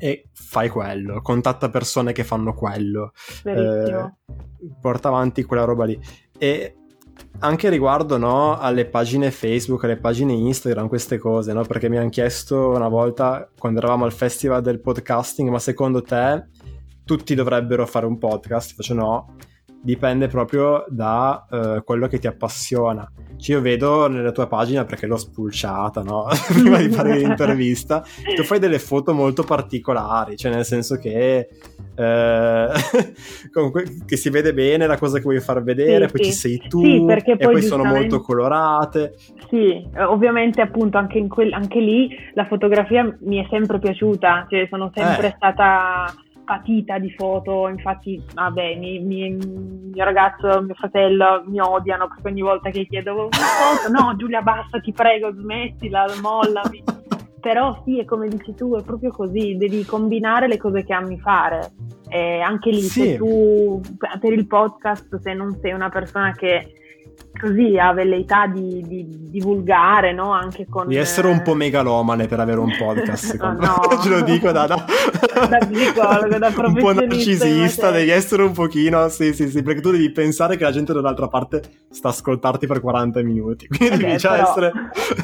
e fai quello, contatta persone che fanno quello, Verissimo. eh, porta avanti quella roba lì. E anche riguardo, no, alle pagine Facebook, alle pagine Instagram, queste cose, no, perché mi hanno chiesto una volta quando eravamo al festival del podcasting, ma secondo te tutti dovrebbero fare un podcast? Faccio no, dipende proprio da uh, quello che ti appassiona. Cioè, io vedo nella tua pagina, perché l'ho spulciata, no? Prima di fare l'intervista, tu fai delle foto molto particolari, cioè nel senso che eh, comunque che si vede bene la cosa che vuoi far vedere, sì, poi sì. ci sei tu, sì, perché e poi, poi sono molto colorate. Sì, ovviamente appunto anche, in quel, anche lì la fotografia mi è sempre piaciuta, cioè sono sempre eh. stata patita di foto, infatti vabbè mi, mi, mio ragazzo, mio fratello mi odiano perché ogni volta che chiedo una foto, no Giulia basta ti prego smettila, mollami. Però sì, è come dici tu, è proprio così, devi combinare le cose che ami fare, e anche lì sì. Se tu per il podcast, se non sei una persona che così ha velleità di, di divulgare, no? Anche con di essere un po' megalomane per avere un podcast, secondo no, me. Ce lo dico da, da... da psicologo, da professionista, un po' narcisista, devi essere un pochino, sì sì sì, perché tu devi pensare che la gente dall'altra parte sta a ascoltarti per quaranta minuti, quindi eh devi già però... essere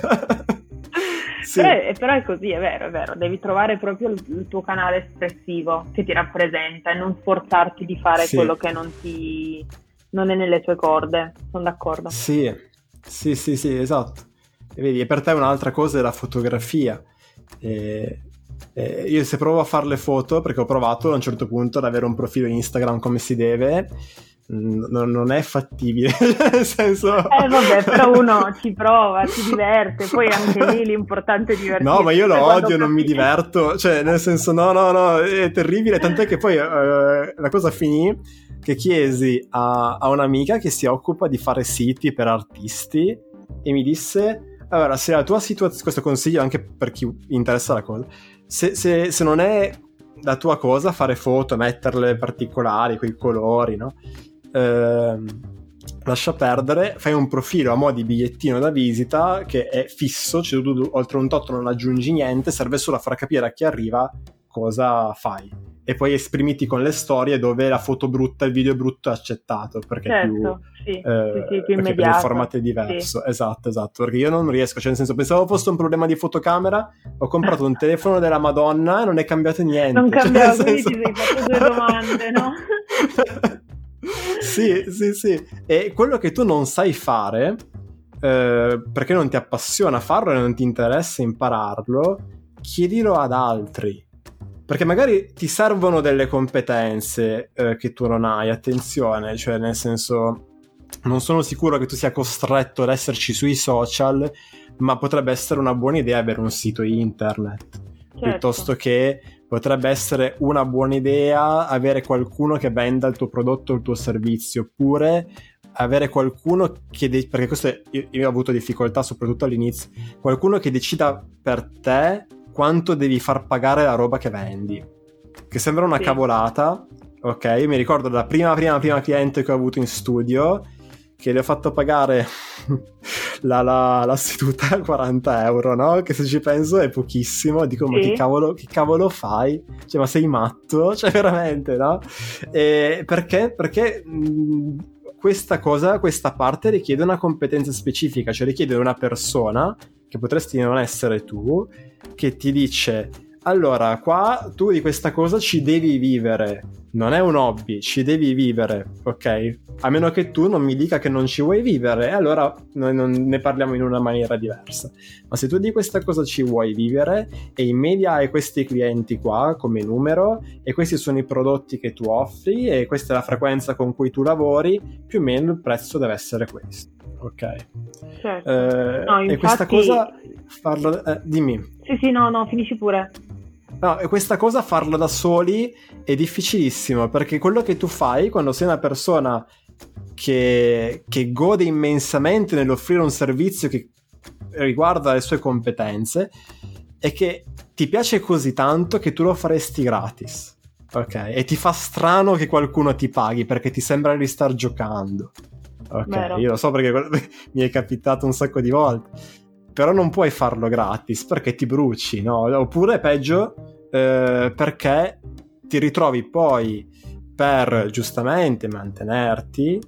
sì. però, è, però è così, è vero, è vero, devi trovare proprio il, il tuo canale espressivo che ti rappresenta e non sforzarti di fare sì. quello che non ti non è nelle tue corde, sono d'accordo. Sì, sì, sì, sì, esatto. E vedi, e per te un'altra cosa è la fotografia. E, e io se provo a fare le foto, perché ho provato a un certo punto ad avere un profilo Instagram come si deve, non, non è fattibile, nel senso... Eh vabbè, però uno ci prova, si diverte, poi anche lì l'importante è divertirsi. No, ma io lo odio, non mi diverto, cioè nel senso no, no, no, è terribile, tant'è che poi eh, la cosa finì che chiesi a, a un'amica che si occupa di fare siti per artisti e mi disse, allora, se la tua situazione, questo consiglio anche per chi interessa la cosa, se, se, se non è la tua cosa fare foto, metterle particolari, quei colori, no? Ehm, lascia perdere, fai un profilo a mo' di bigliettino da visita che è fisso, cioè tu oltre un tot non aggiungi niente, serve solo a far capire a chi arriva cosa fai. E poi esprimiti con le storie dove la foto brutta, il video brutto è accettato, perché certo, più, sì, eh, sì, sì, più perché immediato. il formato è diverso. Sì. Esatto, esatto, perché io non riesco, cioè nel senso, pensavo fosse un problema di fotocamera, ho comprato un telefono della Madonna e non è cambiato niente. Non cambiava, cioè, quindi senso... ti sei fatto due domande, no? Sì, sì, sì. E quello che tu non sai fare, eh, perché non ti appassiona farlo e non ti interessa impararlo, chiedilo ad altri. Perché magari ti servono delle competenze eh, che tu non hai, attenzione, cioè nel senso non sono sicuro che tu sia costretto ad esserci sui social, ma potrebbe essere una buona idea avere un sito internet, certo. Piuttosto che potrebbe essere una buona idea avere qualcuno che venda il tuo prodotto o il tuo servizio, oppure avere qualcuno che, de- perché questo è, io, io ho avuto difficoltà soprattutto all'inizio, qualcuno che decida per te quanto devi far pagare la roba che vendi, che sembra una sì. cavolata, ok? Io mi ricordo la prima prima prima cliente che ho avuto in studio, che le ho fatto pagare la, la, la seduta a quaranta euro, no? Che se ci penso è pochissimo, dico sì. ma che cavolo, che cavolo fai? Cioè ma sei matto? Cioè veramente, no? E perché? Perché mh, questa cosa, questa parte richiede una competenza specifica, cioè richiede una persona, che potresti non essere tu, che ti dice allora qua tu di questa cosa ci devi vivere, non è un hobby, ci devi vivere, ok? A meno che tu non mi dica che non ci vuoi vivere, allora noi non ne parliamo in una maniera diversa. Ma se tu di questa cosa ci vuoi vivere e in media hai questi clienti qua come numero e questi sono i prodotti che tu offri e questa è la frequenza con cui tu lavori, più o meno il prezzo deve essere questo. Ok, certo. eh, no, infatti... e questa cosa farla, eh, dimmi. Sì, sì, no, no, finisci pure. No, e questa cosa farla da soli è difficilissimo, perché quello che tu fai quando sei una persona che, che gode immensamente nell'offrire un servizio che riguarda le sue competenze è che ti piace così tanto che tu lo faresti gratis, ok? E ti fa strano che qualcuno ti paghi perché ti sembra di star giocando. Ok, vero. Io lo so perché mi è capitato un sacco di volte, però non puoi farlo gratis perché ti bruci, no? Oppure peggio, eh, perché ti ritrovi poi per giustamente mantenerti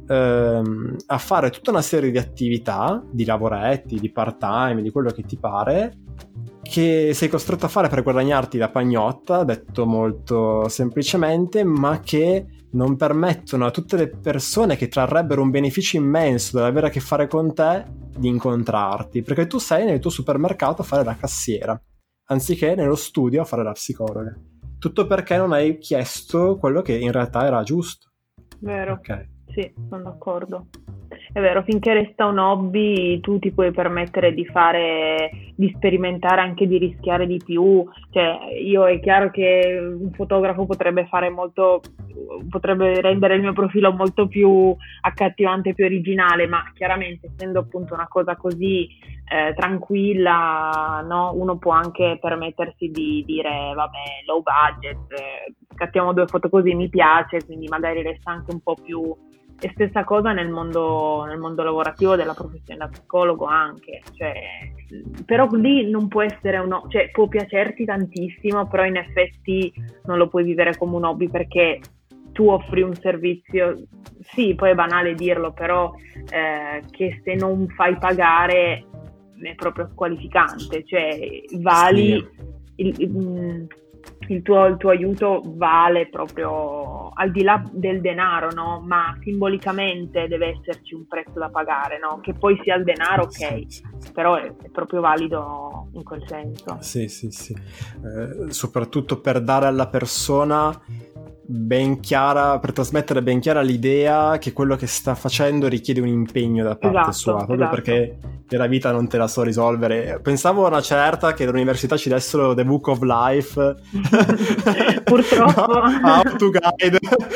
ehm, a fare tutta una serie di attività, di lavoretti, di part time, di quello che ti pare, che sei costretto a fare per guadagnarti la pagnotta, detto molto semplicemente, ma che non permettono a tutte le persone che trarrebbero un beneficio immenso dall'avere a che fare con te di incontrarti, perché tu sei nel tuo supermercato a fare la cassiera anziché nello studio a fare la psicologa, tutto perché non hai chiesto quello che in realtà era giusto. Vero, Ok. sì, sono d'accordo. È vero, finché resta un hobby tu ti puoi permettere di fare, di sperimentare, anche di rischiare di più. Cioè, io è chiaro che un fotografo potrebbe fare molto, potrebbe rendere il mio profilo molto più accattivante, più originale, ma chiaramente essendo appunto una cosa così eh, tranquilla, no? Uno può anche permettersi di dire vabbè, low budget, eh, scattiamo due foto così, mi piace, quindi magari resta anche un po' più. E stessa cosa nel mondo, nel mondo lavorativo della professione da psicologo anche, cioè, però lì non può essere uno, cioè può piacerti tantissimo, però in effetti non lo puoi vivere come un hobby, perché tu offri un servizio, sì, poi è banale dirlo, però eh, che se non fai pagare è proprio squalificante, cioè vali Sì. il, il, il tuo, il tuo aiuto vale proprio al di là del denaro, no? Ma simbolicamente deve esserci un prezzo da pagare, no? Che poi sia il denaro, ok, Sì, sì, sì. però è, è proprio valido in quel senso. Sì, sì, sì. Eh, soprattutto per dare alla persona ben chiara, per trasmettere ben chiara l'idea che quello che sta facendo richiede un impegno da parte Esatto, sua, proprio esatto. perché nella vita non te la so risolvere. Pensavo a una certa che all'università ci dessero The Book of Life. Purtroppo. No, How to Guide.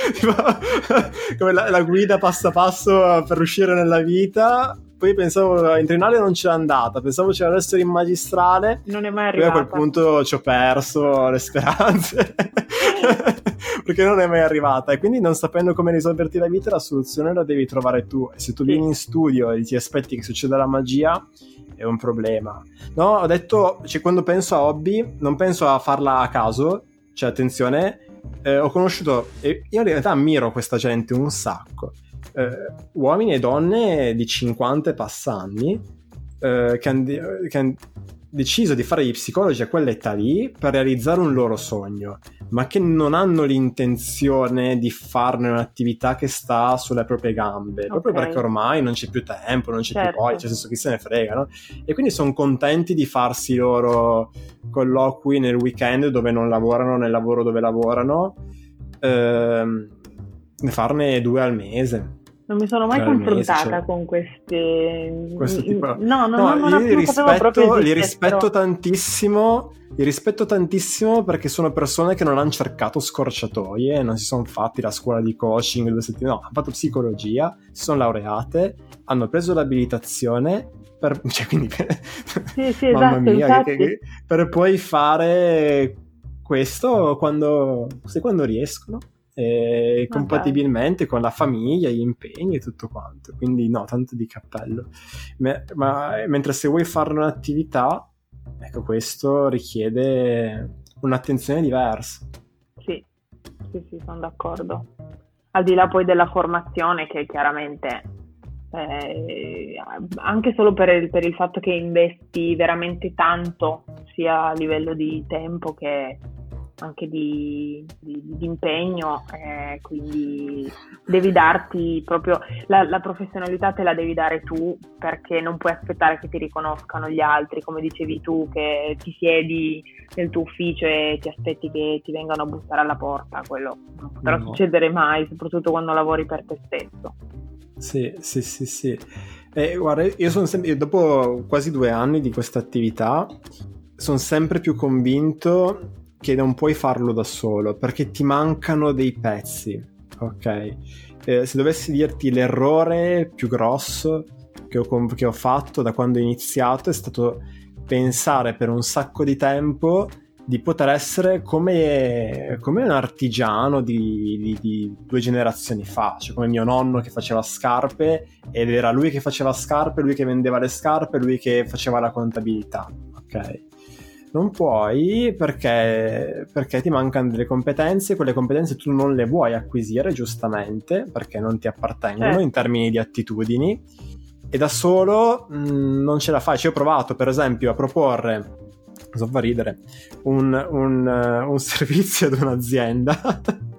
Come la, la guida passo a passo per uscire nella vita. Poi pensavo in triennale non c'era andata, pensavo ce l'avessero in magistrale. Non è mai Poi a arrivata. quel punto ci ho perso le speranze perché non è mai arrivata, e quindi non sapendo come risolverti la vita, la soluzione la devi trovare tu, e se tu Sì. vieni in studio e ti aspetti che succeda la magia è un problema. No, ho detto, cioè, quando penso a hobby non penso a farla a caso, cioè attenzione, eh, ho conosciuto, e io in realtà ammiro questa gente un sacco, eh, uomini e donne di cinquanta e passanni eh, che hanno han deciso di fare gli psicologi a quell'età lì per realizzare un loro sogno, ma che non hanno l'intenzione di farne un'attività che sta sulle proprie gambe, okay, proprio perché ormai non c'è più tempo, non c'è certo. più voglia, cioè, nel senso, chi se ne frega, no? E quindi sono contenti di farsi i loro colloqui nel weekend dove non lavorano, nel lavoro dove lavorano, ehm, ne farne due al mese. Non mi sono mai confrontata mese, cioè, con queste... questo tipo... No, no, no, no, io non li rispetto, li rispetto però... tantissimo, li rispetto tantissimo perché sono persone che non hanno cercato scorciatoie, non si sono fatti la scuola di coaching due settimane, no, hanno fatto psicologia, si sono laureate, hanno preso l'abilitazione per... cioè, quindi... sì, sì, mamma esatto, mia, che, che, per poi fare questo quando, se quando riescono. E compatibilmente con la famiglia, gli impegni e tutto quanto, quindi no, tanto di cappello. Me, ma mentre se vuoi fare un'attività, ecco, questo richiede un'attenzione diversa. Sì, sì, sì, sono d'accordo. Al di là poi della formazione, che chiaramente eh, anche solo per il, per il fatto che investi veramente tanto, sia a livello di tempo che anche di, di, di impegno, eh, quindi devi darti proprio la, la professionalità, te la devi dare tu, perché non puoi aspettare che ti riconoscano gli altri, come dicevi tu, che ti siedi nel tuo ufficio e ti aspetti che ti vengano a bussare alla porta. Quello non potrà no. succedere mai, soprattutto quando lavori per te stesso. Sì, sì, sì, sì. Eh, guarda, io sono sempre, io dopo quasi due anni di questa attività sono sempre più convinto che non puoi farlo da solo, perché ti mancano dei pezzi, ok? Eh, se dovessi dirti l'errore più grosso che ho, che ho fatto da quando ho iniziato è stato pensare per un sacco di tempo di poter essere come, come un artigiano di, di, di due generazioni fa, cioè come mio nonno che faceva scarpe ed era lui che faceva scarpe, lui che vendeva le scarpe, lui che faceva la contabilità, ok? non puoi perché, perché ti mancano delle competenze, quelle competenze tu non le vuoi acquisire giustamente perché non ti appartengono Certo. in termini di attitudini, e da solo mh, non ce la fai. Cioè, ho provato per esempio a proporre, so fa ridere, un, un, uh, un servizio ad un'azienda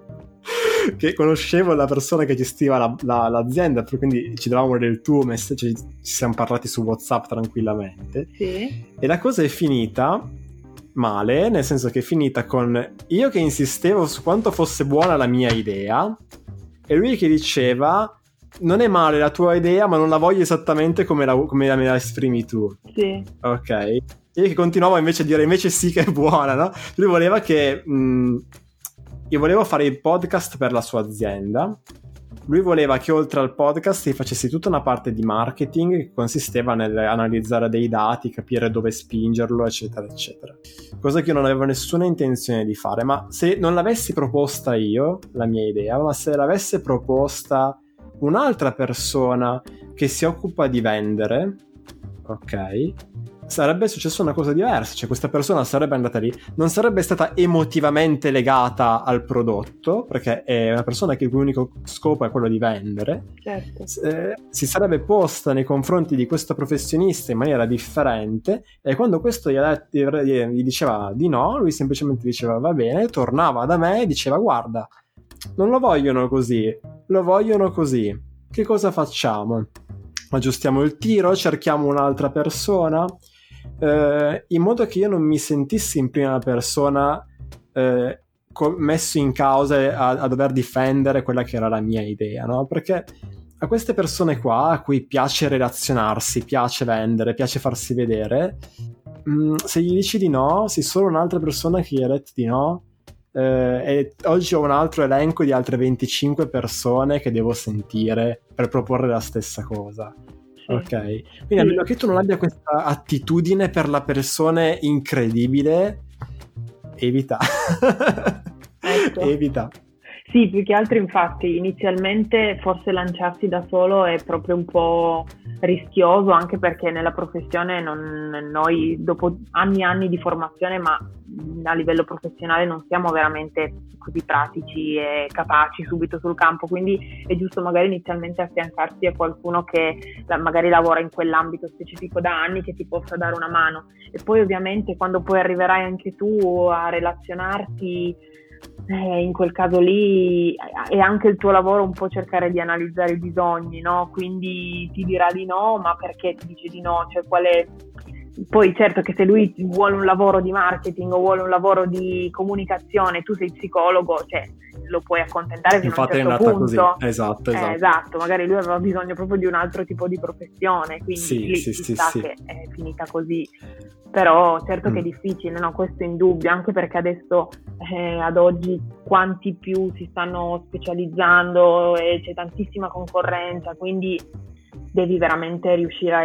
che conoscevo la persona che gestiva la, la, l'azienda, quindi ci davamo del tuo messaggio, ci siamo parlati su WhatsApp tranquillamente. Sì. E la cosa è finita male, nel senso che è finita con io che insistevo su quanto fosse buona la mia idea e lui che diceva non è male la tua idea, ma non la voglio esattamente come la, come la me la esprimi tu. Sì. Ok. E io che continuavo invece a dire invece sì che è buona, no? Lui voleva che mh, io volevo fare il podcast per la sua azienda. Lui voleva che oltre al podcast facessi tutta una parte di marketing che consisteva nell'analizzare dei dati, capire dove spingerlo, eccetera, eccetera. Cosa che io non avevo nessuna intenzione di fare, ma se non l'avessi proposta io, la mia idea, ma se l'avesse proposta un'altra persona che si occupa di vendere, ok, sarebbe successa una cosa diversa. Cioè questa persona sarebbe andata lì, non sarebbe stata emotivamente legata al prodotto perché è una persona che il cui unico scopo è quello di vendere. Certo. Eh, si sarebbe posta nei confronti di questo professionista in maniera differente, e quando questo gli, ha detto, gli diceva di no, lui semplicemente diceva va bene, tornava da me e diceva guarda, non lo vogliono così, lo vogliono così, che cosa facciamo? Aggiustiamo il tiro, cerchiamo un'altra persona, eh, in modo che io non mi sentissi in prima persona eh, messo in causa a, a dover difendere quella che era la mia idea, no? Perché a queste persone qua a cui piace relazionarsi, piace vendere, piace farsi vedere, mh, se gli dici di no, sei solo un'altra persona che gli ha detto di no. Uh, e oggi ho un altro elenco di altre venticinque persone che devo sentire per proporre la stessa cosa. Sì. Ok, quindi a meno che tu non abbia questa attitudine per la persona incredibile, evita. Ecco. Evita. Sì, più che altro infatti inizialmente forse lanciarsi da solo è proprio un po' rischioso, anche perché nella professione non, noi dopo anni e anni di formazione, ma a livello professionale non siamo veramente così pratici e capaci subito sul campo, quindi è giusto magari inizialmente affiancarsi a qualcuno che magari lavora in quell'ambito specifico da anni, che ti possa dare una mano, e poi ovviamente quando poi arriverai anche tu a relazionarti, Eh, in quel caso lì è anche il tuo lavoro un po' cercare di analizzare i bisogni, no? Quindi ti dirà di no, ma perché ti dice di no? Cioè qual è... Poi certo che se lui vuole un lavoro di marketing o vuole un lavoro di comunicazione, tu sei psicologo, cioè lo puoi accontentare fino Infatti a un certo è punto. nata così. Esatto, esatto. Eh, esatto, magari lui aveva bisogno proprio di un altro tipo di professione, quindi sì, lì sì, si sì, sa sì. che è finita così. Però certo mm. che è difficile, no? Questo è indubbio, anche perché adesso eh, ad oggi quanti più si stanno specializzando e c'è tantissima concorrenza, quindi devi veramente riuscire a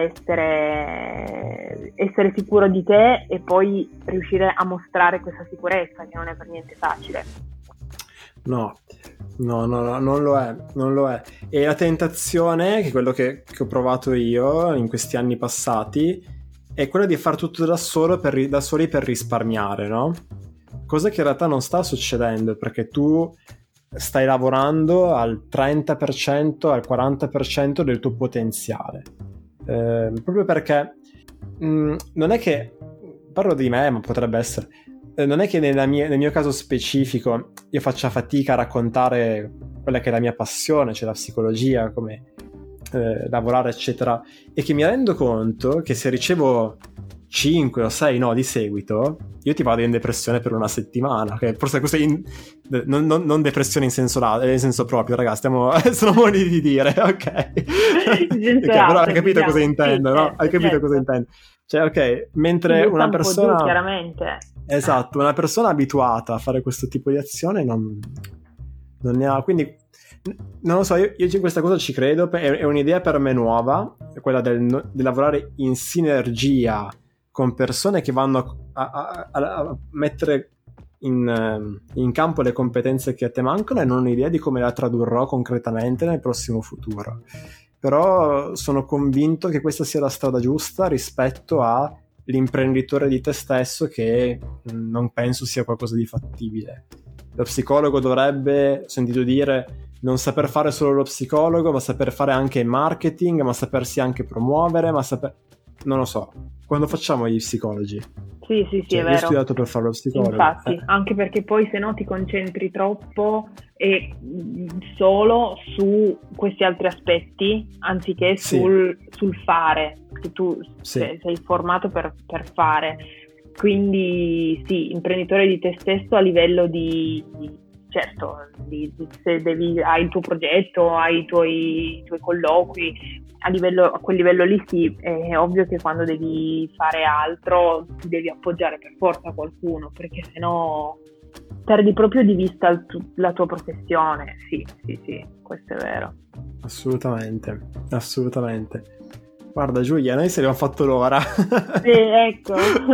essere, essere sicuro di te e poi riuscire a mostrare questa sicurezza, che non è per niente facile. No, no, no, no, non lo è, non lo è. E la tentazione, che è quello che, che ho provato io in questi anni passati, è quella di far tutto da solo per, da soli per risparmiare, no? Cosa che in realtà non sta succedendo, perché tu stai lavorando al trenta per cento, al quaranta per cento del tuo potenziale. Eh, proprio perché mh, non è che, parlo di me, ma potrebbe essere, eh, non è che nella mia, nel mio caso specifico io faccia fatica a raccontare quella che è la mia passione, cioè la psicologia, come eh, lavorare, eccetera, e che mi rendo conto che se ricevo cinque o sei no di seguito, io ti vado in depressione per una settimana, che forse questo è in, non, non, non depressione in senso, là, in senso proprio, ragazzi, stiamo sono modi di dire, ok, okay, però hai capito diciamo, cosa intendo, sì, no? Certo, hai capito certo. cosa intendo, cioè ok, mentre una un persona giù, chiaramente esatto, una persona abituata a fare questo tipo di azione non, non ne ha, quindi non lo so, io, io in questa cosa ci credo, è, è un'idea per me nuova, è quella del, di lavorare in sinergia con persone che vanno a, a, a, a mettere in, in campo le competenze che a te mancano, e non ho un'idea di come la tradurrò concretamente nel prossimo futuro. Però sono convinto che questa sia la strada giusta rispetto a l'imprenditore di te stesso, che non penso sia qualcosa di fattibile. Lo psicologo dovrebbe, ho sentito dire, non saper fare solo lo psicologo, ma saper fare anche marketing, ma sapersi anche promuovere, ma saper... non lo so. Quando facciamo gli psicologi? Sì, sì, sì, cioè, è vero. Io ho studiato per fare lo psicologo. Infatti, eh. anche perché poi se no ti concentri troppo e solo su questi altri aspetti, anziché sul, sì. sul fare, che tu sì. sei, sei formato per, per fare. Quindi sì, imprenditore di te stesso a livello di, di certo, di, di, se devi, hai il tuo progetto, hai i tuoi, i tuoi colloqui, a, livello, a quel livello lì sì, è ovvio che quando devi fare altro ti devi appoggiare per forza a qualcuno, perché sennò perdi proprio di vista il tu, la tua professione. Sì, sì, sì, questo è vero. Assolutamente, assolutamente. Guarda Giulia, noi se ne abbiamo fatto l'ora. Sì, ecco.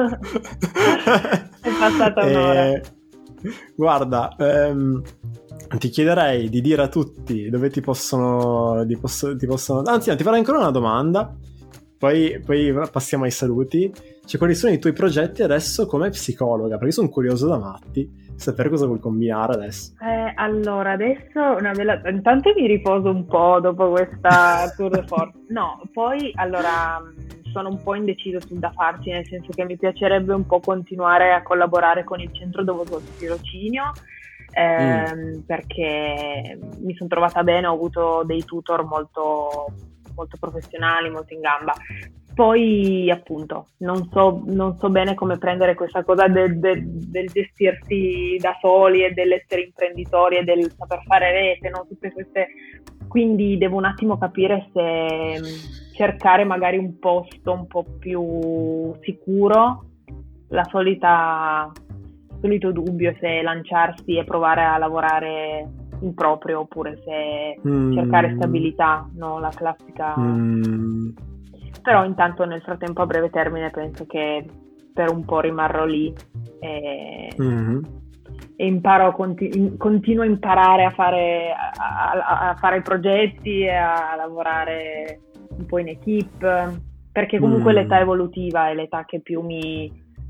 È passata un'ora. E, guarda, ehm, ti chiederei di dire a tutti dove ti possono, ti posso, ti possono... Anzi, no, ti farò ancora una domanda, poi, poi passiamo ai saluti. Cioè, quali sono i tuoi progetti adesso come psicologa? Perché sono curioso da matti sapere cosa vuoi combinare adesso. Eh, allora, adesso una bella... intanto mi riposo un po' dopo questa tour de force. No, poi allora sono un po' indeciso sul da farci, nel senso che mi piacerebbe un po' continuare a collaborare con il Centro Dovuto Tirocinio, ehm, mm. perché mi sono trovata bene, ho avuto dei tutor molto, molto professionali, molto in gamba. Poi appunto non so, non so bene come prendere questa cosa del, del, del gestirsi da soli e dell'essere imprenditori e del saper fare rete, no? Tutte queste, quindi devo un attimo capire se cercare magari un posto un po' più sicuro, la solita, il solito dubbio se lanciarsi e provare a lavorare in proprio oppure se mm. cercare stabilità, no? La classica... Mm. Però intanto nel frattempo a breve termine penso che per un po' rimarrò lì e, mm-hmm. e imparo, continu- continuo a imparare a fare, a, a fare progetti e a lavorare un po' in equipe, perché comunque mm. l'età evolutiva è l'età che più mi,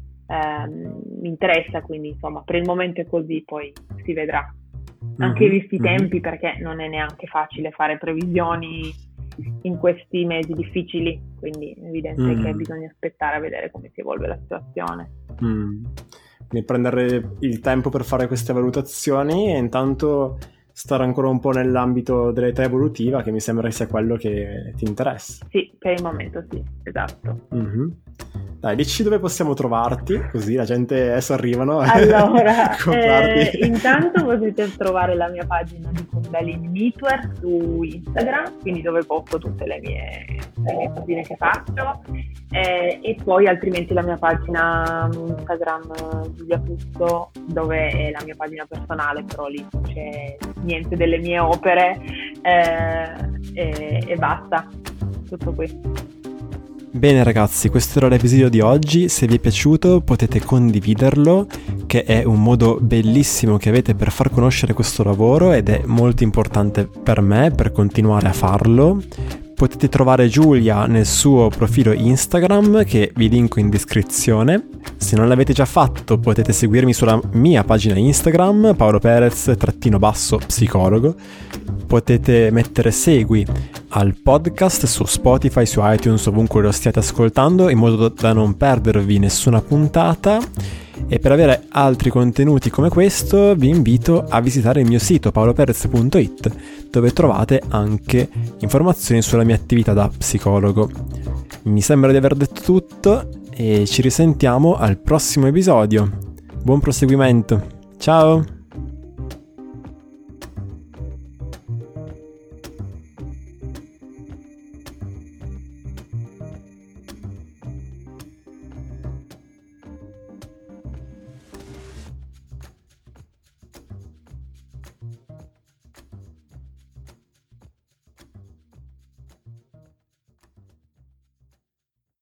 ehm, mi interessa, quindi insomma per il momento è così, poi si vedrà. Anche mm-hmm. visti i tempi, perché non è neanche facile fare previsioni in questi mesi difficili, quindi è evidente mm. che bisogna aspettare a vedere come si evolve la situazione. Mm. Quindi prendere il tempo per fare queste valutazioni e intanto stare ancora un po' nell'ambito dell'età evolutiva, che mi sembra sia quello che ti interessa. Sì, per il momento sì, esatto. Mm-hmm. Dai, dici dove possiamo trovarti, così la gente adesso arrivano allora, a comprarti. Eh, intanto potete trovare la mia pagina di Kundalini Knitwear su Instagram, quindi dove posto tutte le mie, le mie cosine che faccio, eh, e poi altrimenti la mia pagina Instagram Giulia Puzzo, dove è la mia pagina personale, però lì non c'è niente delle mie opere, eh, e, e basta, tutto qui. Bene ragazzi, questo era l'episodio di oggi. Se vi è piaciuto potete condividerlo, che è un modo bellissimo che avete per far conoscere questo lavoro ed è molto importante per me per continuare a farlo. Potete trovare Giulia nel suo profilo Instagram, che vi linko in descrizione. Se non l'avete già fatto potete seguirmi sulla mia pagina Instagram, Paolo Perez trattino basso psicologo. Potete mettere segui al podcast su Spotify, su iTunes, ovunque lo stiate ascoltando, in modo da non perdervi nessuna puntata. E per avere altri contenuti come questo vi invito a visitare il mio sito paolo perez punto it, dove trovate anche informazioni sulla mia attività da psicologo. Mi sembra di aver detto tutto e ci risentiamo al prossimo episodio. Buon proseguimento. Ciao!